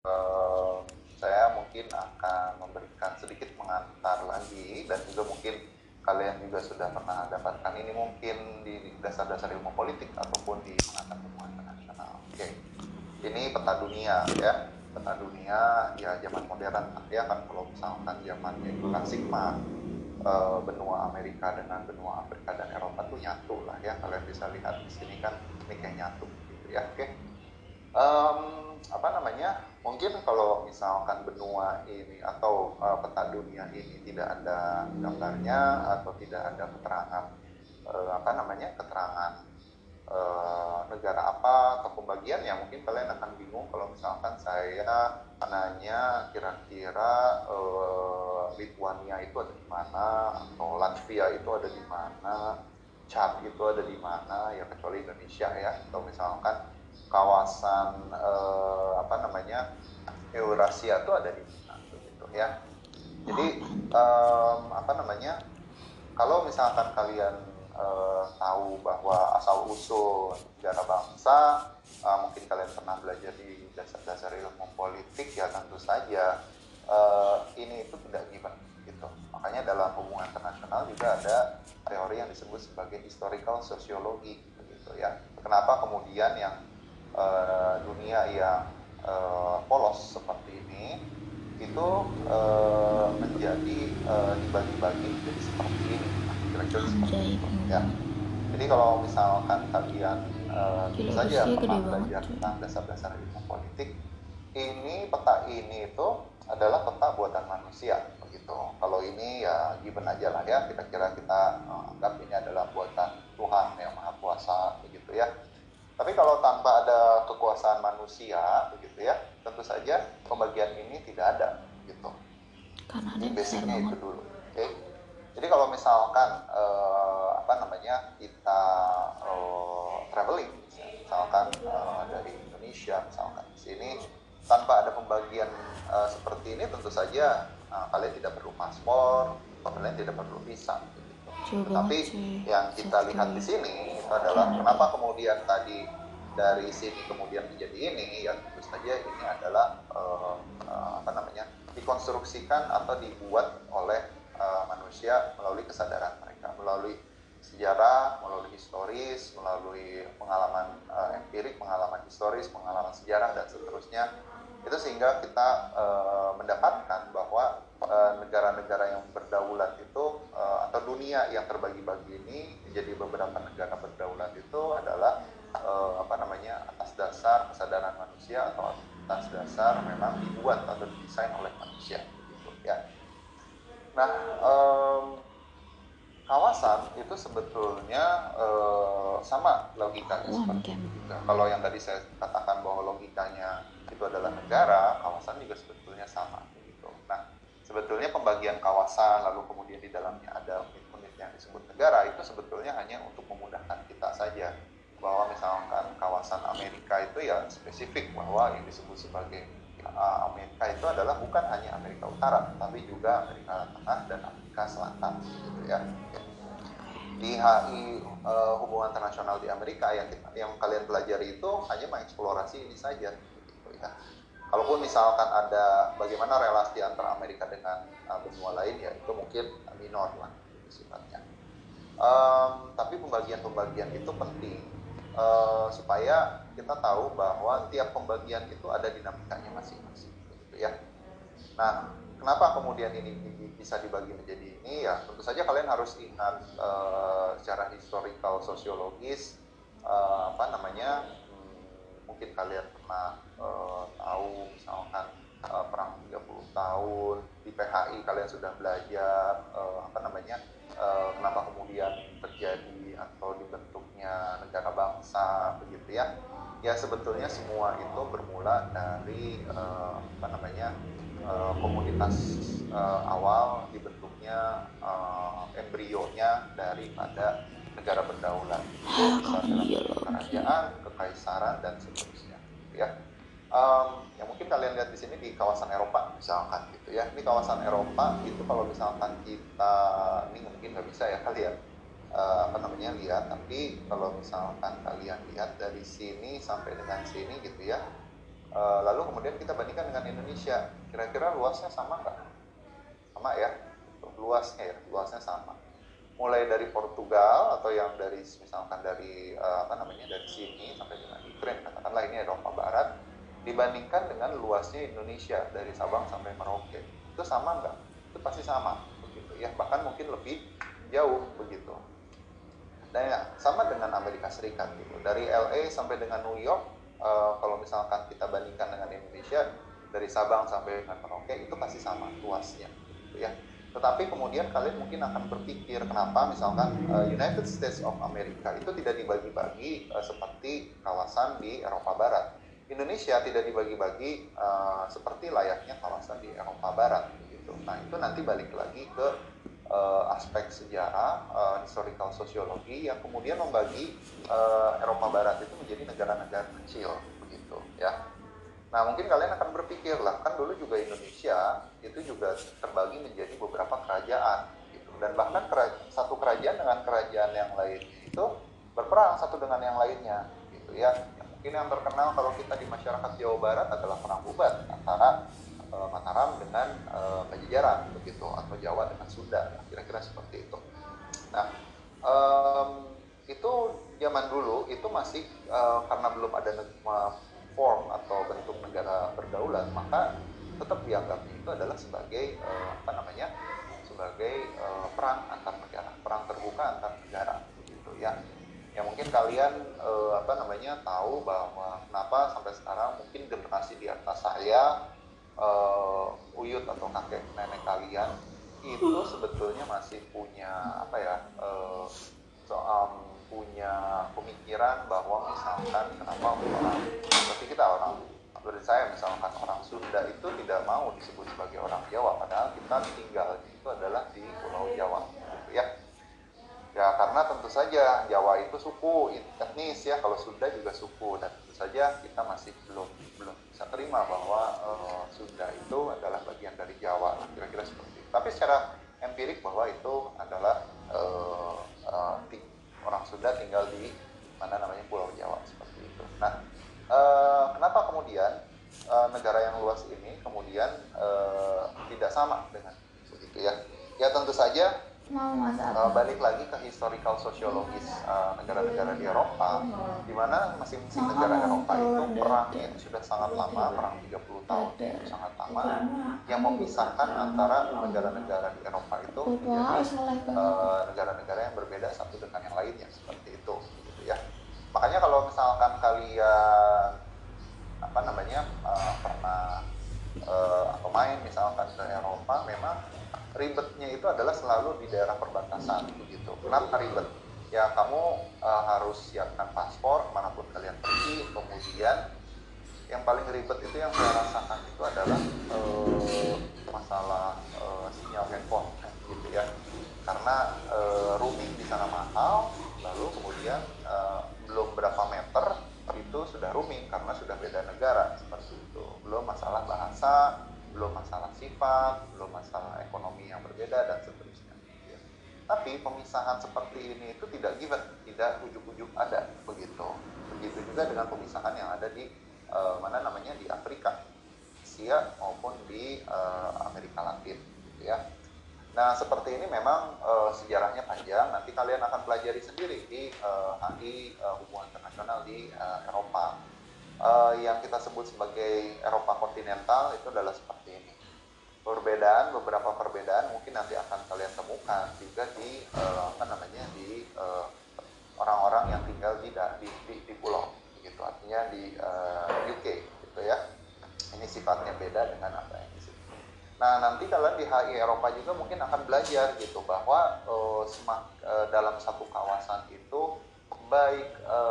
eh, saya mungkin akan memberikan sedikit mengantar lagi, dan juga mungkin kalian juga sudah pernah dapatkan ini mungkin di dasar-dasar ilmu politik ataupun di pengantar hubungan internasional. Oke, ini peta dunia ya, peta dunia ya zaman modern ya kan. Kalau misalkan zamannya klasik mah benua Amerika dengan benua Afrika dan Eropa tuh nyatu lah ya. Kalian bisa lihat di sini kan, ini kayak nyatu gitu ya. Oke. Apa namanya, mungkin kalau misalkan benua ini atau peta dunia ini tidak ada gambarnya atau tidak ada keterangan apa namanya, keterangan negara apa atau pembagian, ya mungkin kalian akan bingung kalau misalkan saya nanya kira-kira Lithuania itu ada di mana, atau Latvia itu ada di mana, Chad itu ada di mana, ya kecuali Indonesia ya. Atau misalkan kawasan apa namanya, Eurasia itu ada di mana gitu ya. Jadi apa namanya, kalau misalkan kalian tahu bahwa asal usul negara bangsa, mungkin kalian pernah belajar di dasar-dasar ilmu politik, ya tentu saja ini itu tidak given gitu. Makanya dalam hubungan internasional juga ada teori yang disebut sebagai historical sociology gitu ya. Kenapa kemudian yang dunia yang polos seperti ini itu menjadi dibagi-bagi menjadi seperti ini, kira-kira seperti itu ya. Jadi kalau misalkan kalian tentu Gila, saja Rusia gede pernah banget belajar cuy. tentang dasar-dasar ilmu politik, ini peta ini itu adalah peta buatan manusia begitu. Kalau ini ya given aja lah ya, kira-kira kita anggap ini adalah buatan Tuhan yang Maha Kuasa begitu ya. Tapi kalau tanpa ada kekuasaan manusia begitu ya, tentu saja pembagian ini tidak ada gitu. Karena Ini ada yang besar basicnya banget. itu dulu. Oke. Jadi kalau misalkan apa namanya, kita traveling, misalkan dari Indonesia misalkan di sini tanpa ada pembagian seperti ini, tentu saja kalian tidak perlu paspor, kalian tidak perlu visa begitu. Jauh Tetapi banget cuy. yang kita South lihat di Korea, sini itu adalah Canada. kenapa kemudian tadi dari sini kemudian menjadi ini, ya tentu saja ini adalah apa namanya, dikonstruksikan atau dibuat oleh manusia melalui kesadaran mereka, melalui sejarah, melalui historis, melalui pengalaman empirik, pengalaman historis, pengalaman sejarah dan seterusnya. Itu sehingga kita mendapatkan bahwa negara-negara yang berdaulat itu atau dunia yang terbagi-bagi ini menjadi beberapa negara berdaulat itu adalah apa namanya, atas dasar kesadaran manusia atau atas dasar memang dibuat atau didesain oleh manusia begitu ya. Nah, kawasan itu sebetulnya sama logikanya One seperti game. itu juga. Kalau yang tadi saya katakan bahwa logikanya itu adalah negara, kawasan juga sebetulnya sama begitu. Nah, sebetulnya pembagian kawasan lalu kemudian di dalamnya ada unit-unit yang disebut negara itu sebetulnya hanya untuk memudahkan kita saja, bahwa misalkan kawasan Amerika itu ya spesifik bahwa yang disebut sebagai Amerika itu adalah bukan hanya Amerika Utara, tapi juga Amerika Tengah dan Amerika Selatan, gitu ya. Di HI hubungan internasional di Amerika yang kalian pelajari itu hanya mengeksplorasi ini saja, gitu ya. Kalaupun misalkan ada bagaimana relasi antara Amerika dengan benua lain, ya itu mungkin minor lah gitu sifatnya. Tapi pembagian-pembagian itu penting supaya kita tahu bahwa tiap pembagian itu ada dinamikanya masing-masing, gitu ya. Nah, kenapa kemudian ini bisa dibagi menjadi ini? Ya, tentu saja kalian harus ingat secara historical sosiologis apa namanya? Mungkin kalian pernah tahu misalkan perang 30 tahun di PHI, kalian sudah belajar apa namanya? Kenapa kemudian terjadi atau dibentuknya negara bangsa begitu ya. Ya sebetulnya semua itu bermula dari apa namanya, komunitas awal dibentuknya embrionya daripada negara berdaulat itu bisa dalam Iya bentuk lagi. kerajaan, kekaisaran dan seterusnya, gitu ya. Yang mungkin kalian lihat di sini di kawasan Eropa misalkan gitu ya. Ini kawasan Eropa itu kalau misalkan kita, ini mungkin nggak bisa ya kalian apa namanya lihat, tapi kalau misalkan kalian lihat dari sini sampai dengan sini gitu ya, Lalu kemudian kita bandingkan dengan Indonesia, kira-kira luasnya sama nggak? Sama ya, luasnya sama. Mulai dari Portugal atau yang dari misalkan dari dari sini sampai dengan Ukraine, katakanlah ini Eropa Barat, dibandingkan dengan luasnya Indonesia dari Sabang sampai Merauke, itu sama nggak? Itu pasti sama, begitu ya. Bahkan mungkin lebih jauh begitu. Dan ya, sama dengan Amerika Serikat gitu. Dari LA sampai dengan New York, kalau misalkan kita bandingkan dengan Indonesia, dari Sabang sampai dengan Merauke itu pasti sama luasnya, gitu ya. Tetapi kemudian kalian mungkin akan berpikir kenapa misalkan United States of America itu tidak dibagi-bagi seperti kawasan di Eropa Barat. Indonesia tidak dibagi-bagi seperti layaknya kawasan di Eropa Barat, gitu. Nah itu nanti balik lagi ke aspek sejarah, historical sosiologi yang kemudian membagi Eropa Barat itu menjadi negara-negara kecil, begitu ya. Nah mungkin kalian akan berpikir lah, kan dulu juga Indonesia itu juga terbagi menjadi beberapa kerajaan gitu. Dan bahkan satu kerajaan dengan kerajaan yang lainnya itu berperang satu dengan yang lainnya gitu ya. Mungkin yang terkenal kalau kita di masyarakat Jawa Barat adalah perang Bubat antara Mataram dengan Pajajaran begitu, atau Jawa dengan Sunda, kira-kira seperti itu. Nah itu zaman dulu itu masih karena belum ada form atau bentuk negara berdaulat, maka tetap dianggapnya itu adalah sebagai sebagai perang antar negara, perang terbuka antar negara begitu ya. Ya mungkin kalian tahu bahwa kenapa sampai sekarang mungkin generasi di atas saya, uyut atau kakek nenek kalian itu sebetulnya masih punya punya pemikiran bahwa misalkan kenapa orang seperti kita, orang dari saya misalkan orang Sunda itu tidak mau disebut sebagai orang Jawa, padahal kita tinggal itu adalah di Pulau Jawa gitu ya. Ya karena tentu saja Jawa itu suku etnis ya, kalau Sunda juga suku, dan tentu saja kita masih belum bisa terima bahwa Sunda itu adalah bagian dari Jawa, kira-kira seperti itu. Tapi secara empirik bahwa itu adalah orang Sunda tinggal di Pulau Jawa seperti itu. Nah, kenapa kemudian negara yang luas ini kemudian tidak sama dengan begitu ya? Ya tentu saja balik lagi ke historical sosiologis negara-negara di Eropa, di mana masing-masing negara Eropa itu perangnya itu sudah sangat lama, perang 30 tahun itu sangat lama, yang memisahkan antara negara-negara di Eropa itu menjadi negara-negara yang berbeda satu dengan yang lainnya seperti itu, gitu ya. Makanya kalau misalkan kalian pernah atau main misalkan ke Eropa, memang ribetnya itu adalah selalu di daerah perbatasan begitu. Kenapa ribet? Ya kamu harus siapkan paspor manapun kalian pergi. Kemudian yang paling ribet itu yang saya rasakan itu adalah masalah sinyal handphone gitu ya. Karena roaming di sana mahal, lalu kemudian belum berapa meter itu sudah roaming karena sudah beda negara seperti itu. Belum masalah bahasa, belum masalah sifat, belum masalah ekonomi yang berbeda dan seterusnya. Ya. Tapi pemisahan seperti ini itu tidak given, tidak ujuk-ujuk ada begitu. Begitu juga dengan pemisahan yang ada di di Afrika, Asia maupun di Amerika Latin, gitu ya. Nah seperti ini memang sejarahnya panjang. Nanti kalian akan pelajari sendiri di HI Hubungan Internasional di Eropa. Yang kita sebut sebagai Eropa kontinental itu adalah seperti ini. Beberapa perbedaan mungkin nanti akan kalian temukan juga di orang-orang yang tinggal di pulau, gitu. Artinya di UK, gitu ya. Ini sifatnya beda dengan apa yang di sini. Nah nanti kalian di HI Eropa juga mungkin akan belajar gitu bahwa dalam satu kawasan itu baik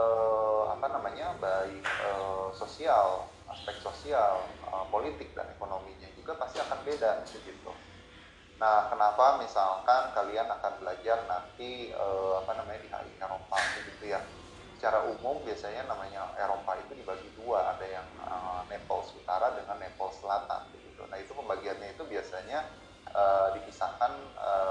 sosial, aspek sosial, politik dan ekonominya juga pasti akan beda begitu. Nah, kenapa misalkan kalian akan belajar nanti di HI Eropa begitu ya. Secara umum biasanya namanya Eropa itu dibagi dua, ada yang Naples Utara dengan Naples Selatan begitu. Nah, itu pembagiannya itu biasanya dipisahkan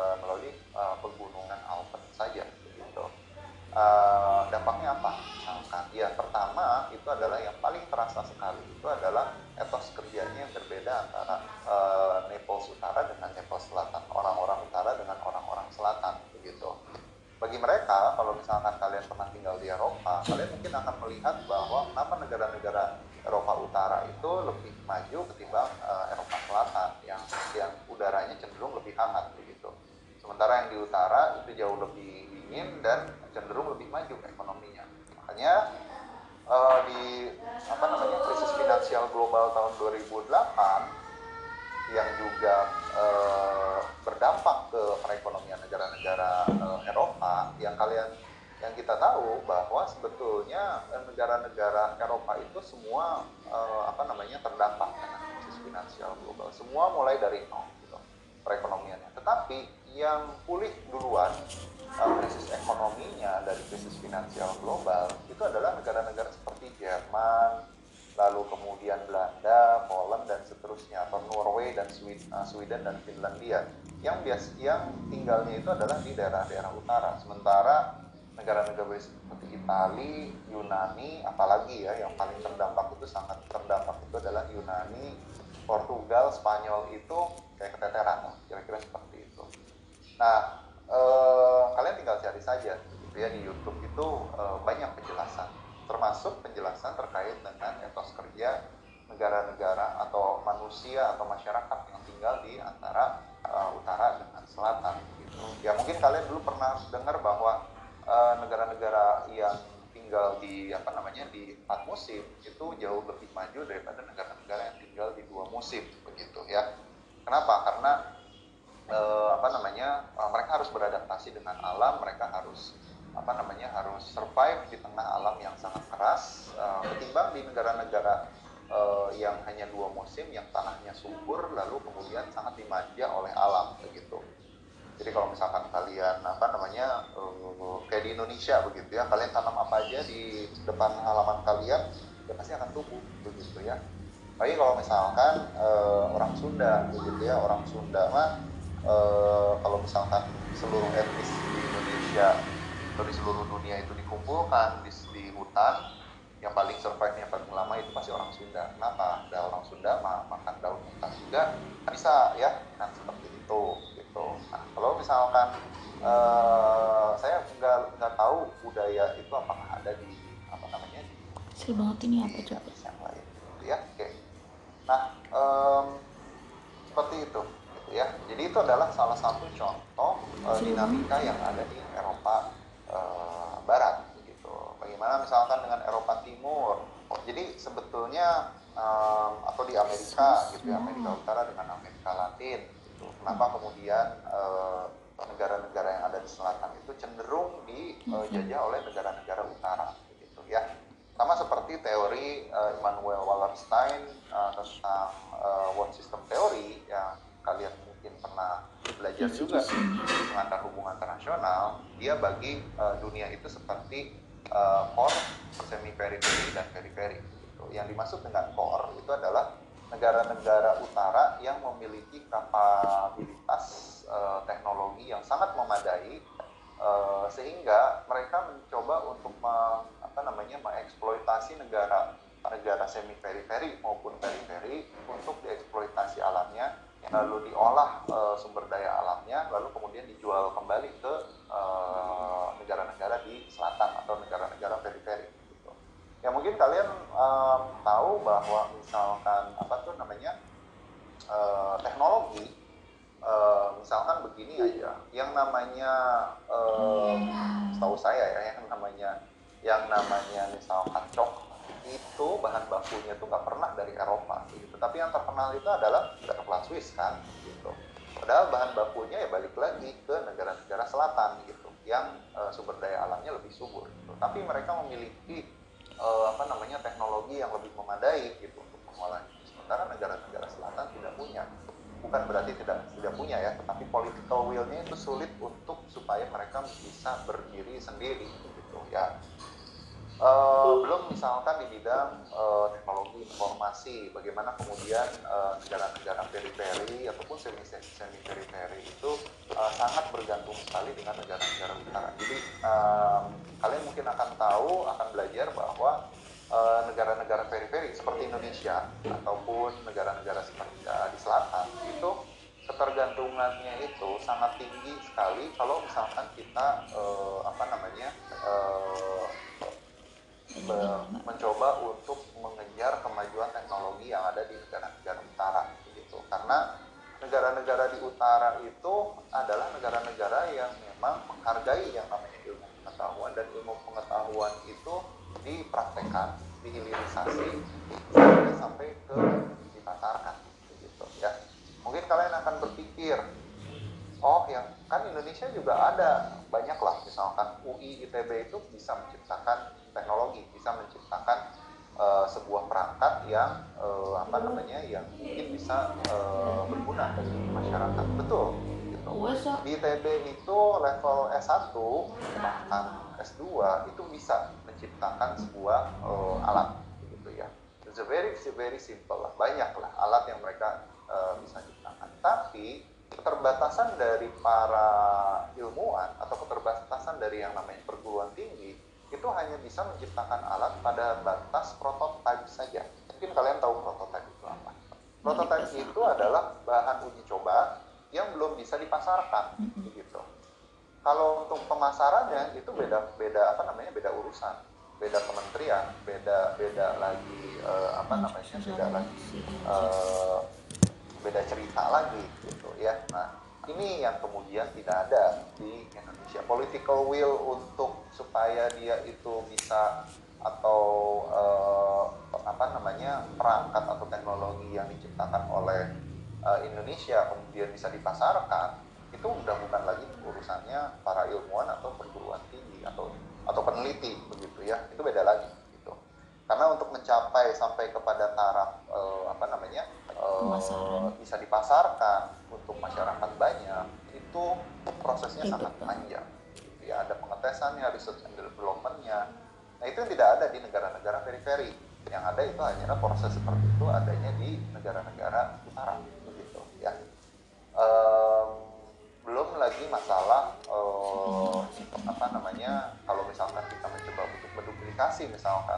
melalui pegunungan Alpen saja begitu. Dampaknya apa? Misalkan rasakan? Ya, pertama itu adalah yang paling terasa sekali itu adalah etos kerjanya yang berbeda antara Naples Utara dengan Naples Selatan, orang-orang utara dengan orang-orang selatan, begitu. Bagi mereka, kalau misalkan kalian pernah tinggal di Eropa, kalian mungkin akan melihat bahwa kenapa negara-negara Eropa Utara itu lebih maju ketimbang Eropa Selatan yang udaranya cenderung lebih hangat, begitu. Sementara yang di utara itu jauh lebih dingin dan cenderung lebih maju ekonominya. Makanya di krisis finansial global tahun 2008 yang juga berdampak ke perekonomian negara-negara Eropa, yang kita tahu bahwa sebetulnya negara-negara Eropa itu semua terdampak dengan krisis finansial global. Semua mulai dari nol gitu, perekonomiannya. Tetapi yang pulih duluan krisis ekonominya dari krisis finansial global itu adalah negara-negara seperti Jerman, lalu kemudian Belanda, Poland dan seterusnya, atau Norway dan Sweden dan Finlandia yang tinggalnya itu adalah di daerah-daerah utara. Sementara negara-negara seperti Italia, Yunani, apalagi ya yang paling sangat terdampak itu adalah Yunani, Portugal, Spanyol itu kayak keteteran, kira-kira seperti itu. Nah, kalian tinggal cari saja gitu ya, di YouTube itu banyak penjelasan, termasuk penjelasan terkait dengan etos kerja negara-negara atau manusia atau masyarakat yang tinggal di antara utara dengan selatan gitu. Ya mungkin kalian dulu pernah dengar bahwa negara-negara yang tinggal di di 4 musim itu jauh lebih maju daripada negara-negara yang tinggal di 2 musim, begitu ya. Kenapa? Karena mereka harus beradaptasi dengan alam, mereka harus harus survive di tengah alam yang sangat keras, ketimbang di negara-negara yang hanya 2 musim, yang tanahnya subur, lalu kemudian sangat dimanja oleh alam, begitu. Jadi kalau misalkan kalian kayak di Indonesia begitu ya, kalian tanam apa aja di depan halaman kalian, ya pasti akan tumbuh, begitu ya. Tapi kalau misalkan orang Sunda begitu ya, orang Sunda mah kalau misalkan seluruh etnis di Indonesia atau di seluruh dunia itu dikumpulkan di hutan, yang paling survive-nya paling lama itu pasti orang Sunda. Kenapa? Ada orang Sunda makan daun hutan juga bisa ya, kan seperti itu gitu. Nah, kalau misalkan saya nggak tahu budaya itu apakah ada di Seru banget ini apa di coba? etnis yang lain gitu ya. Oke. Nah, seperti itu gitu ya. Jadi itu adalah salah satu contoh dinamika yang ada di Eropa Barat gitu. Bagaimana misalkan dengan Eropa Timur? Jadi sebetulnya atau di Amerika gitu ya, Amerika Utara dengan Amerika Latin gitu. Kenapa kemudian negara-negara yang ada di selatan itu cenderung dijajah oleh negara-negara utara gitu ya. Sama seperti teori Immanuel Wallerstein tentang world system theory yang kalian mungkin pernah belajar juga di pengantar hubungan internasional. Dia bagi dunia itu seperti core, semi periphery dan periphery gitu. Yang dimaksud dengan core itu adalah negara-negara utara yang memiliki kapabilitas teknologi yang sangat memadai, sehingga mereka mencoba untuk mengeksploitasi negara semi periferi maupun periferi untuk dieksploitasi alamnya, lalu diolah sumber daya alamnya, lalu kemudian dijual kembali ke negara-negara di selatan atau negara-negara periferi gitu. Ya mungkin kalian tahu bahwa misalkan teknologi, misalkan begini aja, yang namanya setahu saya ya, yang namanya misalkan coklat itu bahan bakunya tuh nggak pernah dari Eropa gitu, tapi yang terkenal itu adalah coklat Swiss kan gitu. Padahal bahan bakunya ya balik lagi ke negara-negara selatan gitu, yang sumber daya alamnya lebih subur gitu. Tapi mereka memiliki teknologi yang lebih memadai gitu untuk mengolahnya. Sementara negara-negara selatan tidak punya. Bukan berarti tidak punya ya, tetapi political will-nya itu sulit untuk supaya mereka bisa berdiri sendiri gitu ya. Belum misalkan di bidang teknologi informasi, bagaimana kemudian negara-negara periferi ataupun semi periferi itu sangat bergantung sekali dengan negara-negara utara. Jadi kalian mungkin akan tahu, akan belajar bahwa negara-negara periferi seperti Indonesia ataupun negara-negara seperti di selatan itu ketergantungannya itu sangat tinggi sekali kalau misalkan kita mencoba untuk mengejar kemajuan teknologi yang ada di negara-negara utara gitu. Karena negara-negara di utara itu adalah negara-negara yang memang menghargai yang namanya ilmu pengetahuan, dan ilmu pengetahuan itu dipraktekkan, dihilirisasi sampai ke dipasarkan gitu ya. Mungkin kalian akan berpikir, oh yang kan Indonesia juga ada banyak lah, misalkan UI ITB itu bisa menciptakan teknologi, bisa menciptakan sebuah perangkat yang yang mungkin bisa berguna bagi masyarakat. Betul gitu. Di ITB itu level S1 bahkan S2 itu bisa menciptakan sebuah alat gitu ya. It's a very simple lah, banyak lah alat yang mereka bisa ciptakan. Tapi keterbatasan dari para ilmuwan atau keterbatasan dari yang namanya perguruan tinggi itu hanya bisa menciptakan alat pada batas prototipe saja. Mungkin kalian tahu prototipe itu apa? Prototipe itu adalah bahan uji coba yang belum bisa dipasarkan, gitu. Kalau untuk pemasarannya itu beda urusan, beda kementerian, beda lagi beda cerita lagi, gitu ya. Nah, ini yang kemudian tidak ada di Indonesia. Political will untuk supaya dia itu bisa atau perangkat atau teknologi yang diciptakan oleh Indonesia kemudian bisa dipasarkan, itu udah bukan lagi urusannya para ilmuwan atau perguruan tinggi atau peneliti begitu ya. Itu beda lagi gitu. Karena untuk mencapai sampai kepada taraf bisa dipasarkan untuk masyarakat banyak, itu prosesnya sangat panjang gitu ya. Ada pengetesannya, research and development-nya. Nah, itu yang tidak ada di negara-negara periferi. Yang ada itu hanya proses seperti itu adanya di negara-negara utara begitu ya. Belum lagi masalah kalau misalkan kita mencoba untuk menduplikasi misalkan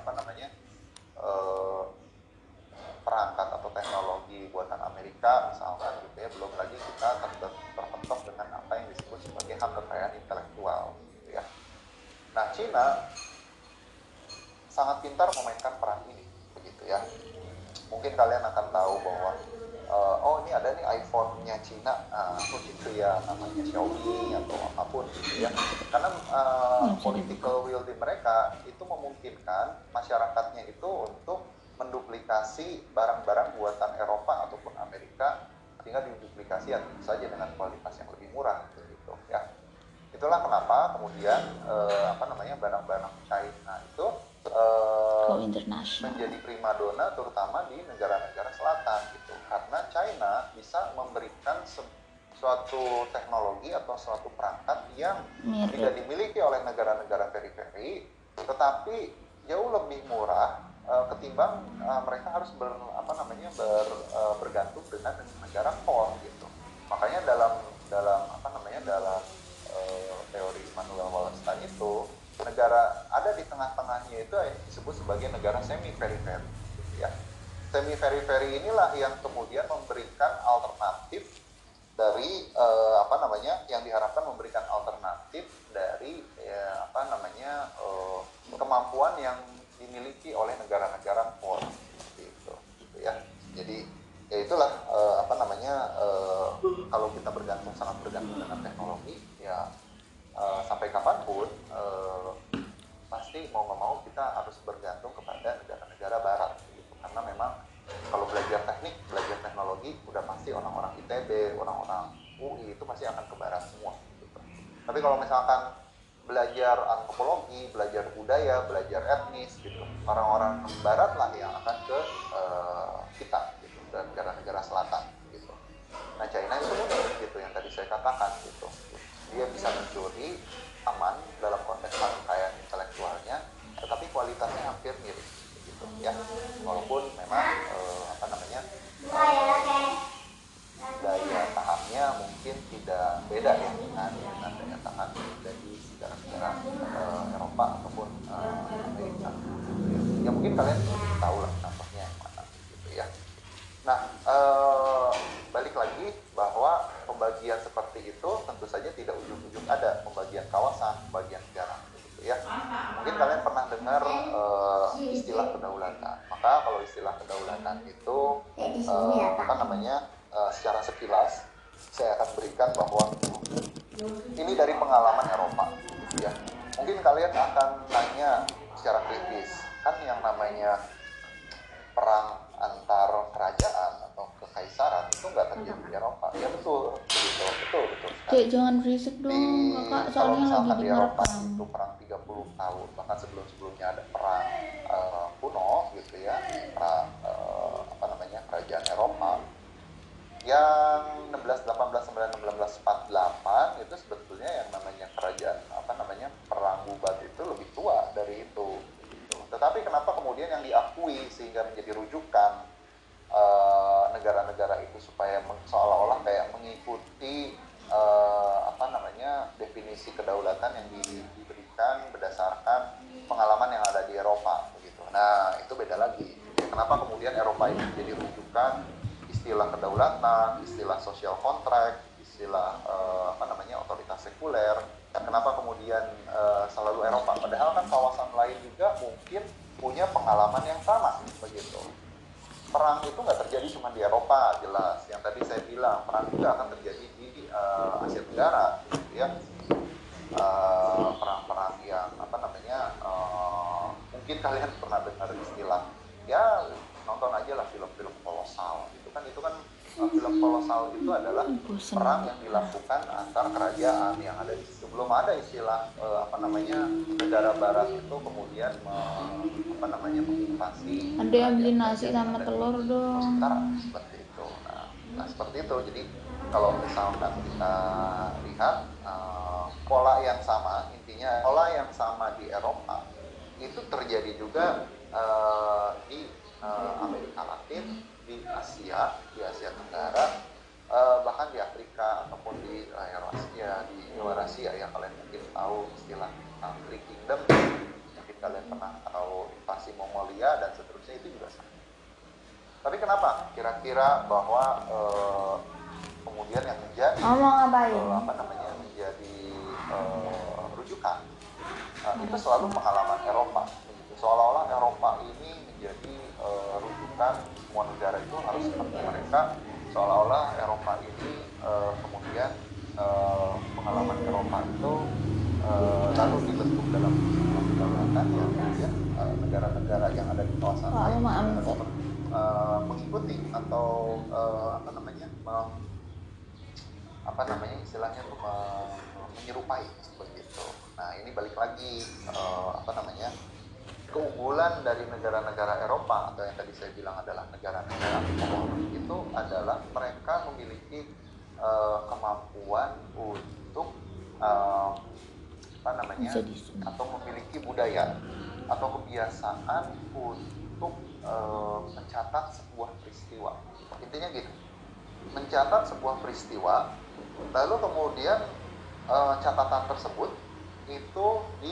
perangkat atau teknologi buatan Amerika misalkan gitu ya, belum lagi kita terpentok dengan apa yang disebut sebagai hak kekayaan intelektual gitu ya. Nah, Cina sangat pintar memainkan peran ini begitu ya. Mungkin kalian akan tahu bahwa ini ada nih iPhone-nya Cina begitu ya, namanya Xiaomi atau apapun gitu ya. Karena political will di mereka itu memungkinkan masyarakatnya itu untuk menduplikasi barang-barang buatan Eropa ataupun Amerika, tinggal diduplikasi saja dengan kualitas yang lebih murah gitu ya. Itulah kenapa kemudian barang-barang China itu menjadi primadona terutama di negara-negara selatan gitu. Karena China bisa memberikan suatu teknologi atau suatu perangkat yang tidak dimiliki oleh negara-negara periferi, tetapi jauh lebih murah ketimbang mereka harus bergantung dengan negara core gitu. Makanya dalam teori Immanuel Wallerstein itu negara ada di tengah-tengahnya itu disebut sebagai negara semi-periferi gitu ya. Semi-periferi inilah yang kemudian memberikan alternatif dari yang diharapkan memberikan alternatif dari kemampuan yang dimiliki oleh negara-negara core gitu ya. Jadi ya itulah kalau kita sangat bergantung dengan teknologi ya, sampai kapanpun pasti mau nggak mau kita harus bergantung kepada negara-negara barat gitu. Karena memang kalau belajar teknik, belajar teknologi udah pasti orang-orang ITB, orang-orang UI itu pasti akan ke barat semua gitu. Tapi kalau misalkan belajar antropologi, belajar budaya, belajar etnis gitu, orang-orang barat lah yang akan ke kita gitu, ke negara-negara selatan gitu. Nah, China itu unik gitu yang tadi saya katakan gitu. Dia bisa mencuri aman dalam konteks kekayaan intelektualnya, tetapi kualitasnya hampir mirip gitu ya. Walaupun memang daya tahannya mungkin tidak beda ya dengan daya tahan dari negara-negara Eropa ataupun Amerika. Ya mungkin kalian tahu lah contohnya yang mana gitu ya. Nah, balik lagi bahwa pembagian seperti itu tentu saja tidak ujung-ujung ada pembagian kawasan, pembagian negara gitu ya. Mungkin kalian pernah dengar istilah kedaulatan. Maka kalau istilah kedaulatan itu secara sekilas saya akan berikan bahwa ini dari pengalaman Eropa gitu ya. Mungkin kalian akan nanya secara kritis, kan yang namanya perang antar kerajaan atau kekaisaran itu nggak terjadi di Eropa. Ya betul. Cek, jangan berisik dong, kakak soalnya lagi di Eropa direkam. itu perang 30 tahun, bahkan sebelum-sebelumnya ada perang kuno gitu ya, kerajaan Eropa yang 1618 sampai 1648 itu sebetulnya yang namanya kerajaan perang Bubat itu lebih tua dari itu gitu. Tetapi kenapa kemudian yang diakui sehingga menjadi rujukan negara-negara itu supaya seolah-olah kayak mengikuti definisi kedaulatan yang diberikan berdasarkan pengalaman yang ada di Eropa begitu. Nah, itu beda lagi. Kenapa kemudian Eropa ini jadi rujukan istilah kedaulatan, istilah social contract, istilah otoritas sekuler. Kenapa kemudian selalu Eropa? Padahal kan kawasan lain juga mungkin punya pengalaman yang sama begitu. Perang itu nggak terjadi cuma di Eropa, jelas. Yang tadi saya bilang, perang juga akan terjadi di Asia Tenggara, gitu ya. Perang-perang yang mungkin kalian pernah dengar istilah, ya nonton aja lah film-film kolosal. Itu kan film kolosal itu adalah perang yang dilakukan antar kerajaan yang ada di situ. Belum ada istilah negara barat itu kemudian menginvasi. Ada yang beli nasi sama telur dong. Seperti itu. Nah, seperti itu. Jadi kalau misalkan kita lihat pola yang sama, intinya pola yang sama di Eropa itu terjadi juga di Amerika Latin, di Asia Tenggara, bahkan di Afrika ataupun di Eurasia ya, kalian mungkin tahu istilah Three Kingdom, mungkin kalian pernah tahu invasi Mongolia dan seterusnya, itu juga sama. Tapi kenapa kira-kira bahwa kemudian yang menjadi menjadi rujukan itu selalu pengalaman Eropa. Seolah-olah Eropa ini menjadi rujukan, semua negara itu harus seperti mereka. Seolah-olah Eropa ini kemudian pengalaman Eropa itu lalu dibentuk dalam kedaulatan yang kemudian negara-negara yang ada di kawasan lain mengikuti atau istilahnya menyerupai seperti itu. Nah, ini balik lagi keunggulan dari negara-negara Eropa atau yang tadi saya bilang adalah negara-negara itu adalah mereka memiliki kemampuan untuk atau memiliki budaya atau kebiasaan untuk mencatat sebuah peristiwa. Intinya gitu, mencatat sebuah peristiwa, lalu kemudian catatan tersebut itu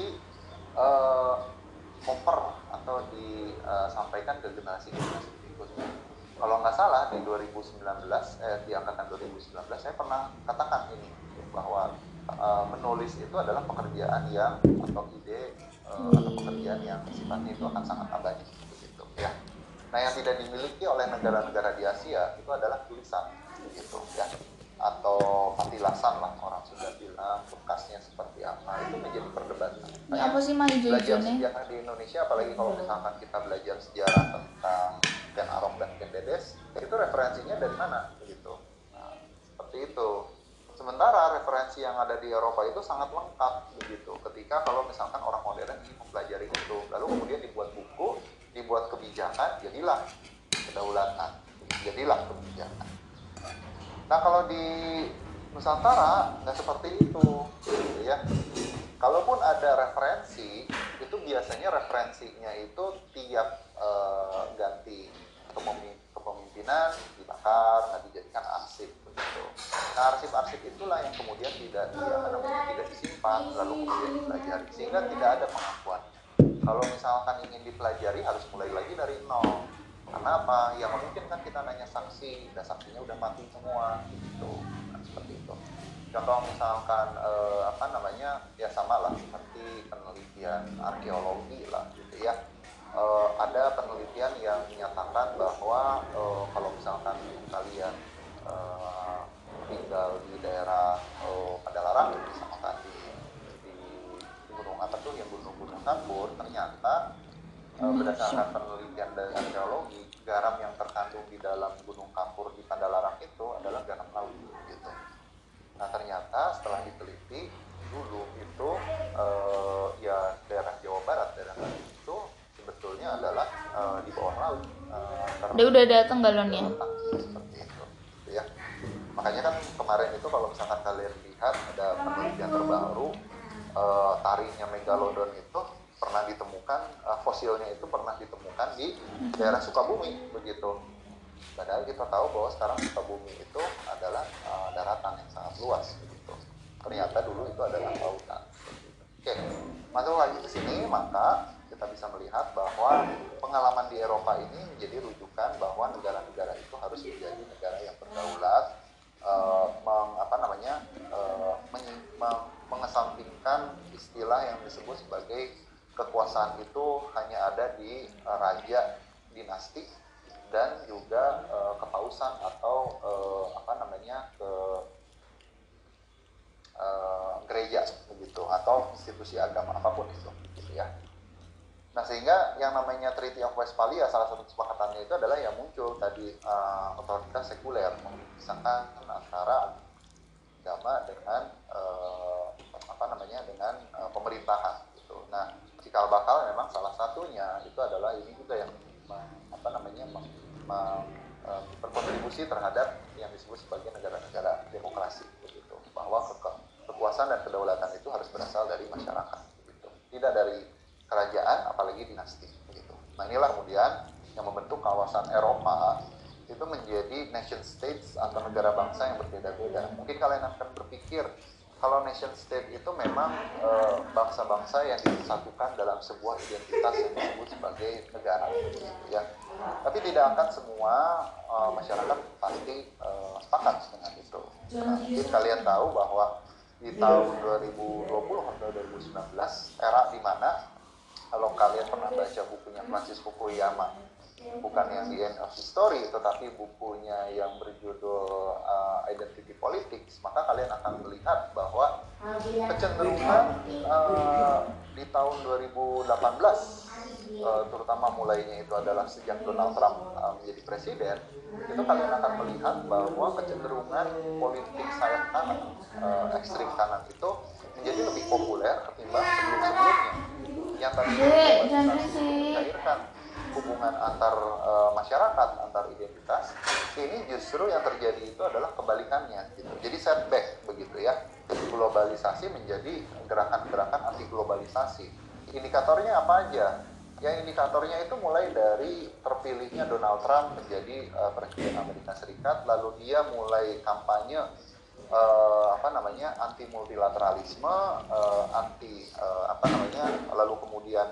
dikoper atau disampaikan ke generasi-generasi berikutnya. Kalau nggak salah di 2019, di angkatan 2019 saya pernah katakan ini bahwa menulis itu adalah pekerjaan yang atau ide atau pekerjaan yang sifatnya itu akan sangat abadi begitu ya. Nah, yang tidak dimiliki oleh negara-negara di Asia itu adalah tulisan gitu ya, atau patilasan lah orang sudah bilang, bekasnya seperti apa, itu menjadi perdebatan. Apa sih mah belajar hijau-hijaunya? sejarah di Indonesia, apalagi kalau misalkan kita belajar sejarah tentang Ken Arok dan Ken Dedes, itu referensinya dari mana begitu. Nah, seperti itu. Sementara referensi yang ada di Eropa itu sangat lengkap begitu. Ketika kalau misalkan orang modern ingin mempelajari itu, lalu kemudian dibuat buku, dibuat kebijakan, jadilah kedaulatan, jadilah kebijakan. Nah, kalau di Nusantara nggak seperti itu, gitu ya. Kalaupun ada referensi, itu biasanya referensinya itu tiap ganti kepemimpinan dibakar, nggak dijadikan arsip begitu. Nah, arsip-arsip itulah yang kemudian tidak disimpan lalu kemudian dipelajari sehingga tidak ada pengakuannya. Kalau misalkan ingin dipelajari harus mulai lagi dari nol. Karena apa? Ya mungkin kan kita nanya saksi, dan saksinya udah mati semua gitu. Nah, seperti itu. Contoh misalkan ya sama lah seperti penelitian arkeologi lah gitu ya. Ada penelitian yang menyatakan bahwa kalau misalkan kalian tinggal di daerah Padalarang misalkan di gunung apa tuh yang gunung-gunung kapur, ternyata berdasarkan penelitian dari arkeologi, garam yang terkandung di dalam gunung kapur di Padalarang itu adalah garam laut gitu. Nah ternyata setelah diteliti dulu itu ya daerah Jawa Barat, daerah itu sebetulnya adalah di bawah laut. Dia udah datang galonnya. Seperti itu, ya. Makanya kan kemarin itu kalau misalkan kalian lihat ada penelitian terbaru, tarinya megalodon itu pernah ditemukan, fosilnya itu pernah ditemukan di daerah Sukabumi begitu. Padahal kita tahu bahwa sekarang Sukabumi itu adalah daratan yang sangat luas begitu. Ternyata dulu itu adalah lautan. Oke, masuk lagi ke sini, maka kita bisa melihat bahwa pengalaman di Eropa ini menjadi rujukan bahwa negara-negara itu harus menjadi negara yang berdaulat, mengesampingkan istilah yang disebut sebagai kekuasaan itu hanya ada di raja dinasti dan juga kepausan atau gereja begitu atau institusi agama apapun itu gitu ya. Nah sehingga yang namanya Treaty of Westphalia salah satu kesepakatannya itu adalah yang muncul tadi otoritas sekuler memisahkan antara agama dengan pemerintahan gitu. Nah cikal bakal memang salah satunya itu adalah ini juga yang berkontribusi terhadap yang disebut sebagai negara-negara demokrasi begitu, bahwa kekuasaan dan kedaulatan itu harus berasal dari masyarakat begitu, tidak dari kerajaan apalagi dinasti begitu. Nah inilah kemudian yang membentuk kawasan Eropa itu menjadi nation states atau negara bangsa yang berbeda-beda. Mungkin kalian akan berpikir kalau nation state itu memang bangsa-bangsa yang disatukan dalam sebuah identitas yang disebut sebagai negara gitu ya. Tapi tidak akan semua masyarakat pasti sepakat dengan itu. Nah, mungkin kalian tahu bahwa di tahun 2020 atau 2019 era di mana kalau kalian pernah baca bukunya Francis Fukuyama, bukan yang The End of History, tetapi bukunya yang berjudul Identity Politics, maka kalian akan melihat bahwa kecenderungan di tahun 2018, terutama mulainya itu adalah sejak Donald Trump menjadi presiden, itu kalian akan melihat bahwa kecenderungan politik sayap kanan, ekstrim kanan itu menjadi lebih populer ketimbang sebelum-sebelumnya. Yang tadi mencairkan hubungan antar masyarakat, antar identitas, ini justru yang terjadi itu adalah kebalikannya gitu. Jadi setback begitu ya. Globalisasi menjadi gerakan-gerakan anti globalisasi. Indikatornya apa aja? Yang indikatornya itu mulai dari terpilihnya Donald Trump menjadi presiden Amerika Serikat, lalu dia mulai kampanye anti multilateralisme, lalu kemudian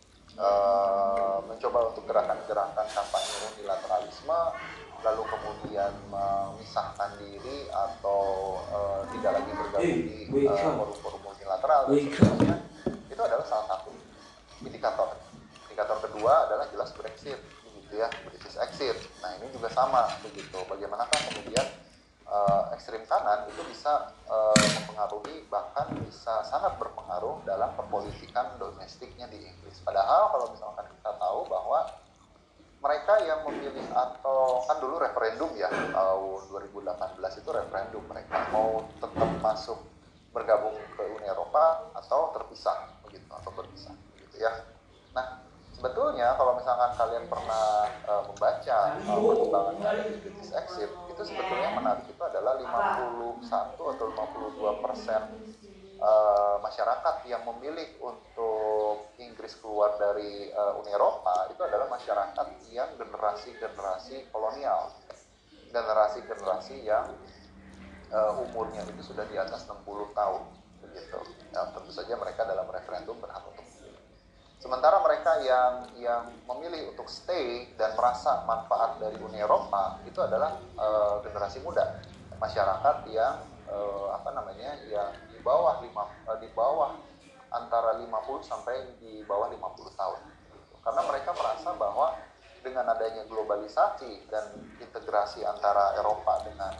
mencoba untuk gerakan-gerakan kampanye unilateralisme, lalu kemudian memisahkan diri atau tidak lagi bergabung di forum-forum multilateral dan sebagainya. Itu adalah salah satu indikator. Indikator kedua adalah jelas Brexit, begitu ya, British exit. Nah ini juga sama begitu. Bagaimanakah kemudian ekstrim kanan itu bisa mempengaruhi, bahkan bisa sangat berpengaruh dalam perpolitikan domestiknya di Inggris. Padahal kalau misalkan kita tahu bahwa mereka yang memilih, atau kan dulu referendum ya, tahun 2018 itu referendum mereka mau tetap masuk bergabung ke Uni Eropa atau terpisah begitu, atau berpisah begitu ya. Nah sebetulnya kalau misalkan kalian pernah membaca perkembangan dari British exit, itu sebetulnya menarik itu adalah 51 atau 52% masyarakat yang memilih untuk Inggris keluar dari Uni Eropa itu adalah masyarakat yang generasi kolonial, generasi yang umurnya itu sudah di atas 60 tahun begitu. Ya, tentu saja mereka dalam referendum berhak untuk memilih. Sementara mereka yang memilih untuk stay dan merasa manfaat dari Uni Eropa itu adalah generasi muda, masyarakat yang yang di bawah antara 50 sampai di bawah 50 tahun. Karena mereka merasa bahwa dengan adanya globalisasi dan integrasi antara Eropa dengan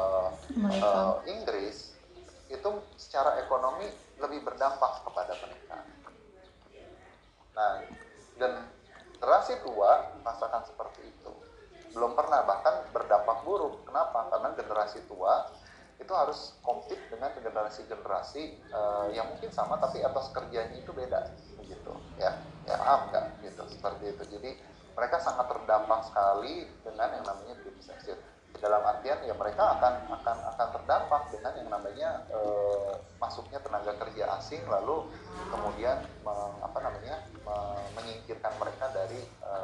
Inggris itu secara ekonomi lebih berdampak kepada mereka. Nah, dan generasi tua merasakan seperti itu. Belum pernah, bahkan berdampak buruk. Kenapa? Karena generasi tua itu harus compete dengan generasi-generasi yang mungkin sama tapi etos kerjanya itu beda, begitu. Ya maaf nggak, gitu seperti itu. Jadi mereka sangat terdampak sekali dengan yang namanya British exit. Dalam artian ya mereka akan terdampak dengan yang namanya masuknya tenaga kerja asing, lalu kemudian menyingkirkan mereka dari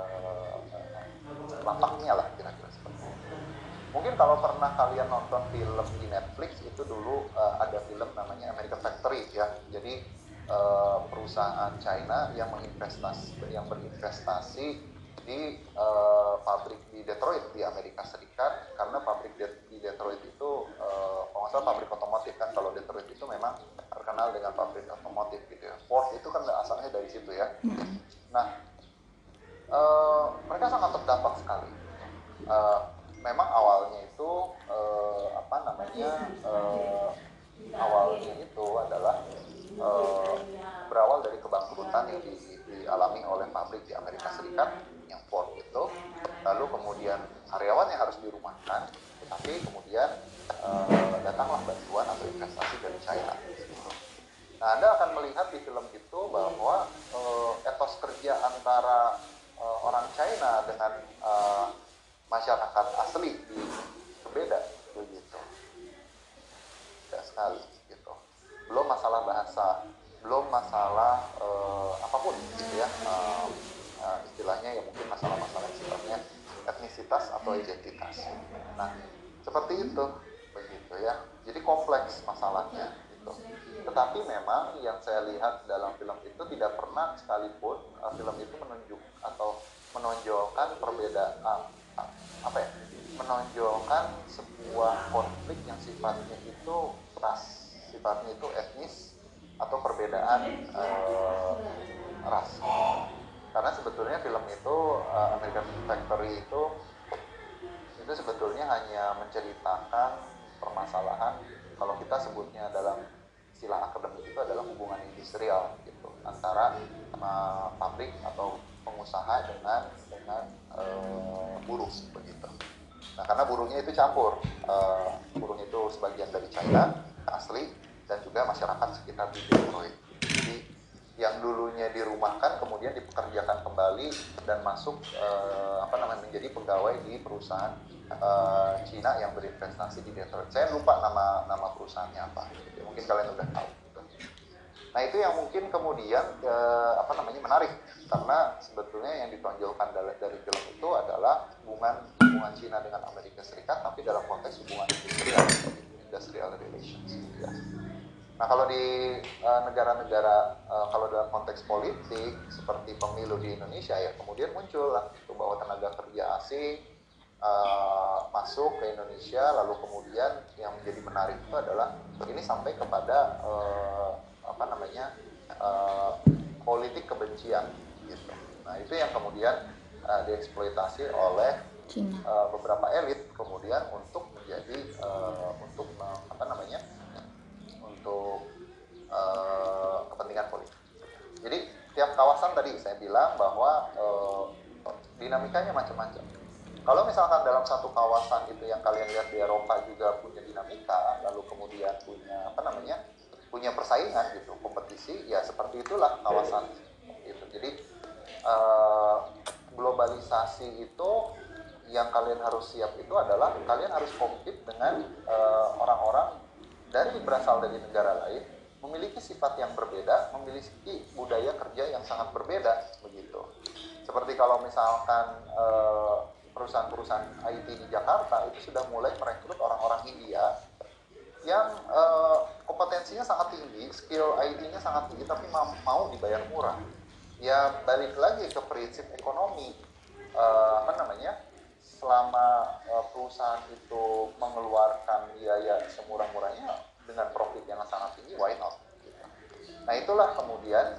lapaknya lah, kira-kira seperti itu. Mungkin kalau pernah kalian nonton film di Netflix itu dulu ada film namanya American Factory ya. Jadi perusahaan China yang berinvestasi di pabrik di Detroit di Amerika Serikat, karena pabrik di Detroit itu kalau nggak salah pabrik otomotif kan. Kalau Detroit itu memang terkenal dengan pabrik otomotif gitu ya. Ford itu kan asalnya dari situ ya. Nah, mereka sangat terdampak sekali. Memang awalnya itu awalnya itu adalah berawal dari kebangkrutan yang dialami oleh pabrik di Amerika Serikat yang Ford itu, lalu kemudian karyawannya harus dirumahkan, tapi kemudian datanglah bantuan atau investasi dari China. Nah, Anda akan melihat di film itu bahwa etos kerja antara orang China dengan masyarakat asli berbeda begitu. Tidak sekali gitu. Belum masalah bahasa, belum masalah apapun gitu ya. Istilahnya ya mungkin masalah-masalah sifatnya etnisitas atau identitas. Nah, seperti itu begitu ya. Jadi kompleks masalahnya gitu. Tetapi memang yang saya lihat dalam film itu tidak pernah sekalipun film itu menunjuk atau menonjolkan perbedaan menonjolkan sebuah konflik yang sifatnya itu ras, sifatnya itu etnis atau perbedaan ras. Karena sebetulnya film itu American Factory itu sebetulnya hanya menceritakan permasalahan, kalau kita sebutnya dalam istilah akademik itu adalah hubungan industrial gitu, antara pabrik atau pengusaha dengan buruh begitu. Nah, karena buruhnya itu campur, buruh itu sebagian dari China asli dan juga masyarakat sekitar di Detroit. Jadi yang dulunya dirumahkan kemudian dipekerjakan kembali dan masuk menjadi pegawai di perusahaan Cina yang berinvestasi di Detroit. Saya lupa nama perusahaannya apa. Jadi, mungkin kalian udah tahu. Nah, itu yang mungkin kemudian menarik, karena sebetulnya yang ditonjolkan dari film itu adalah hubungan Cina dengan Amerika Serikat, tapi dalam konteks hubungan industrial relations. Ya. Nah, kalau di negara-negara kalau dalam konteks politik seperti pemilu di Indonesia ya, kemudian muncul lah itu bahwa tenaga kerja asing masuk ke Indonesia, lalu kemudian yang menjadi menarik itu adalah ini sampai kepada politik kebencian gitu. Nah, itu yang kemudian dieksploitasi oleh beberapa elit kemudian untuk menjadi untuk kepentingan politik. Jadi tiap kawasan tadi saya bilang bahwa dinamikanya macam-macam. Kalau misalkan dalam satu kawasan itu yang kalian lihat di Eropa juga punya dinamika, lalu kemudian punya persaingan gitu, kompetisi, ya seperti itulah kawasan gitu. Jadi globalisasi itu yang kalian harus siap itu adalah kalian harus compete dengan orang-orang berasal dari negara lain, memiliki sifat yang berbeda, memiliki budaya kerja yang sangat berbeda begitu. Seperti kalau misalkan perusahaan-perusahaan IT di Jakarta itu sudah mulai merekrut orang-orang India kompetensinya sangat tinggi, skill IT-nya sangat tinggi, tapi mau dibayar murah. Ya balik lagi ke prinsip ekonomi, selama perusahaan itu mengeluarkan biaya semurah-murahnya dengan profit yang sangat tinggi, why not? Nah itulah kemudian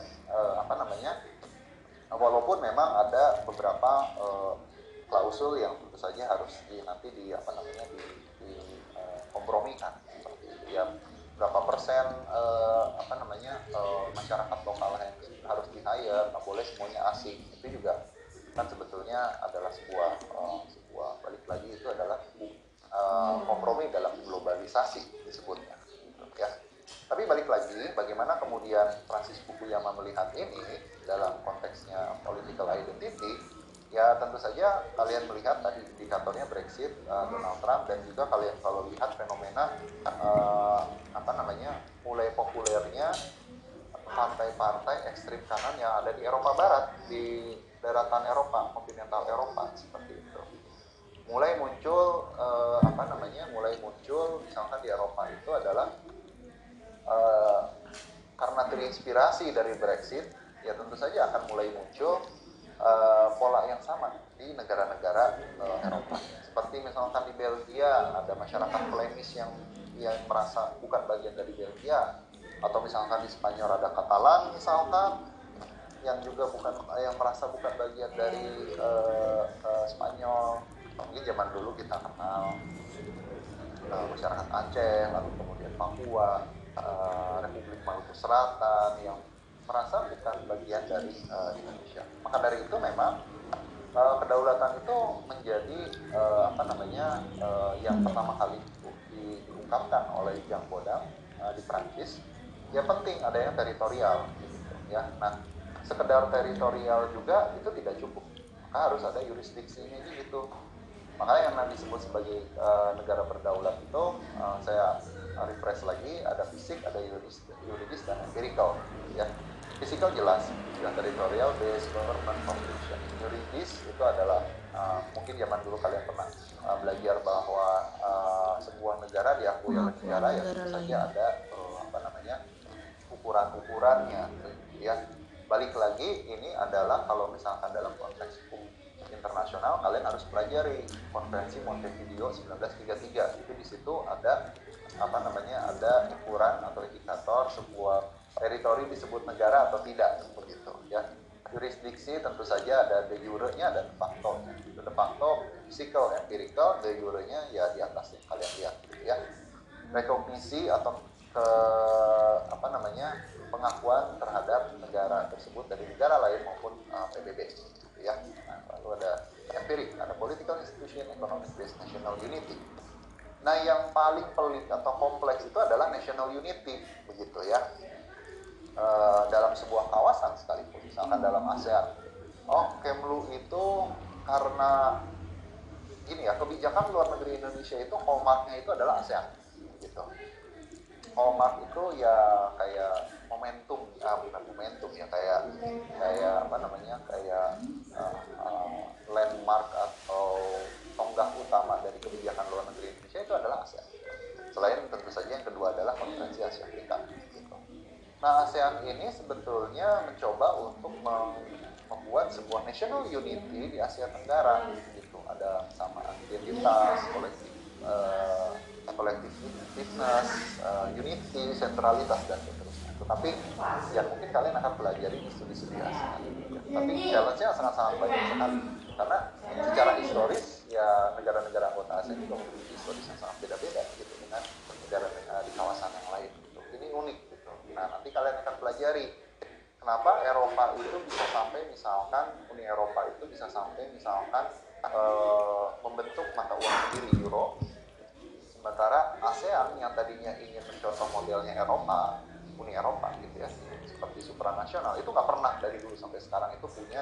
walaupun memang ada beberapa klausul yang tentu saja harus nanti kompromikan, seperti itu ya, berapa persen masyarakat lokal yang harus di-hire, nggak boleh semuanya asing. Itu juga kan sebetulnya adalah sebuah balik lagi itu adalah kompromi dalam globalisasi disebutnya, ya. Tapi balik lagi, bagaimana kemudian Francis Fukuyama melihat ini dalam konteksnya political identity, ya tentu saja kalian melihat tadi indikatornya Brexit, Donald Trump, dan juga kalian kalau lihat fenomena mulai populernya partai-partai ekstrim kanan yang ada di Eropa Barat, di daratan Eropa, kontinental Eropa, seperti itu. Mulai muncul misalkan di Eropa itu adalah karena terinspirasi dari Brexit, ya tentu saja akan mulai muncul pola yang sama di negara-negara Eropa. Seperti misalkan di Belgia ada masyarakat Flemish yang merasa bukan bagian dari Belgia, atau misalkan di Spanyol ada Katalan misalkan yang juga yang merasa bukan bagian dari Spanyol. Mungkin zaman dulu kita kenal masyarakat Aceh, lalu kemudian Papua, Republik Maluku Selatan yang merasa bukan bagian dari Indonesia. Maka dari itu memang kedaulatan itu menjadi yang pertama kali diungkapkan oleh Jean Bodin di Prancis. Ya penting ada yang teritorial, gitu, ya. Nah, sekedar teritorial juga itu tidak cukup, maka harus ada yurisdiksinya gitu. Makanya yang nanti disebut sebagai negara berdaulat itu saya refresh lagi, ada fisik, ada yuridis dan empirical, ya. Physical jelas, sudah territorial based government foundation. Yuridis itu adalah mungkin zaman dulu kalian pernah belajar bahwa sebuah negara diakui oleh negara, ya tentu saja ada ukuran-ukurannya, ya. Balik lagi, ini adalah kalau misalkan dalam konteks hukum internasional, kalian harus pelajari Konvensi Montevideo 1933. Itu di situ ada ada ukuran atau indikator sebuah teritori disebut negara atau tidak, begitu, ya. Jurisdiksi tentu saja ada de jure-nya dan de facto-nya. De facto physical, empirical, de jure-nya ya di atas yang kalian lihat, gitu, ya. Rekognisi atau pengakuan terhadap negara tersebut dari negara lain maupun PBB, gitu, ya. Nah, lalu ada empirik, ada political institution, economic based national unity. Nah, yang paling pelik atau kompleks itu adalah national unity, begitu, ya. Dalam sebuah kawasan sekalipun, misalkan dalam ASEAN. Kemlu itu karena gini ya, kebijakan luar negeri Indonesia itu hallmarknya itu adalah ASEAN, gitu. Hallmark itu ya kayak momentum, bukan momentum ya, kayak landmark atau tonggak utama dari kebijakan luar negeri Indonesia itu adalah ASEAN. Selain tentu saja yang kedua adalah Konferensi Asia Afrika, gitu. Nah, ASEAN ini sebetulnya mencoba untuk membuat sebuah national unity di Asia Tenggara, gitu. Ada kesamaan identitas, collectiveness, unity, sentralitas, dan seterusnya. Tetapi ya mungkin kalian akan pelajari di studi-studi ASEAN. Tapi challenge-nya sangat-sangat banyak sekali. Karena secara historis ya negara-negara anggota ASEAN juga memiliki historis yang sangat beda-beda, gitu, dengan negara-negara di kawasan yang lain, gitu. Ini unik, gitu. Nah, nanti kalian akan pelajari kenapa Eropa itu bisa sampai misalkan Uni Eropa itu bisa sampai misalkan membentuk mata uang sendiri euro. Sementara ASEAN yang tadinya ingin mencontoh modelnya Eropa, Uni Eropa, gitu ya, seperti supranasional, itu nggak pernah dari dulu sampai sekarang itu punya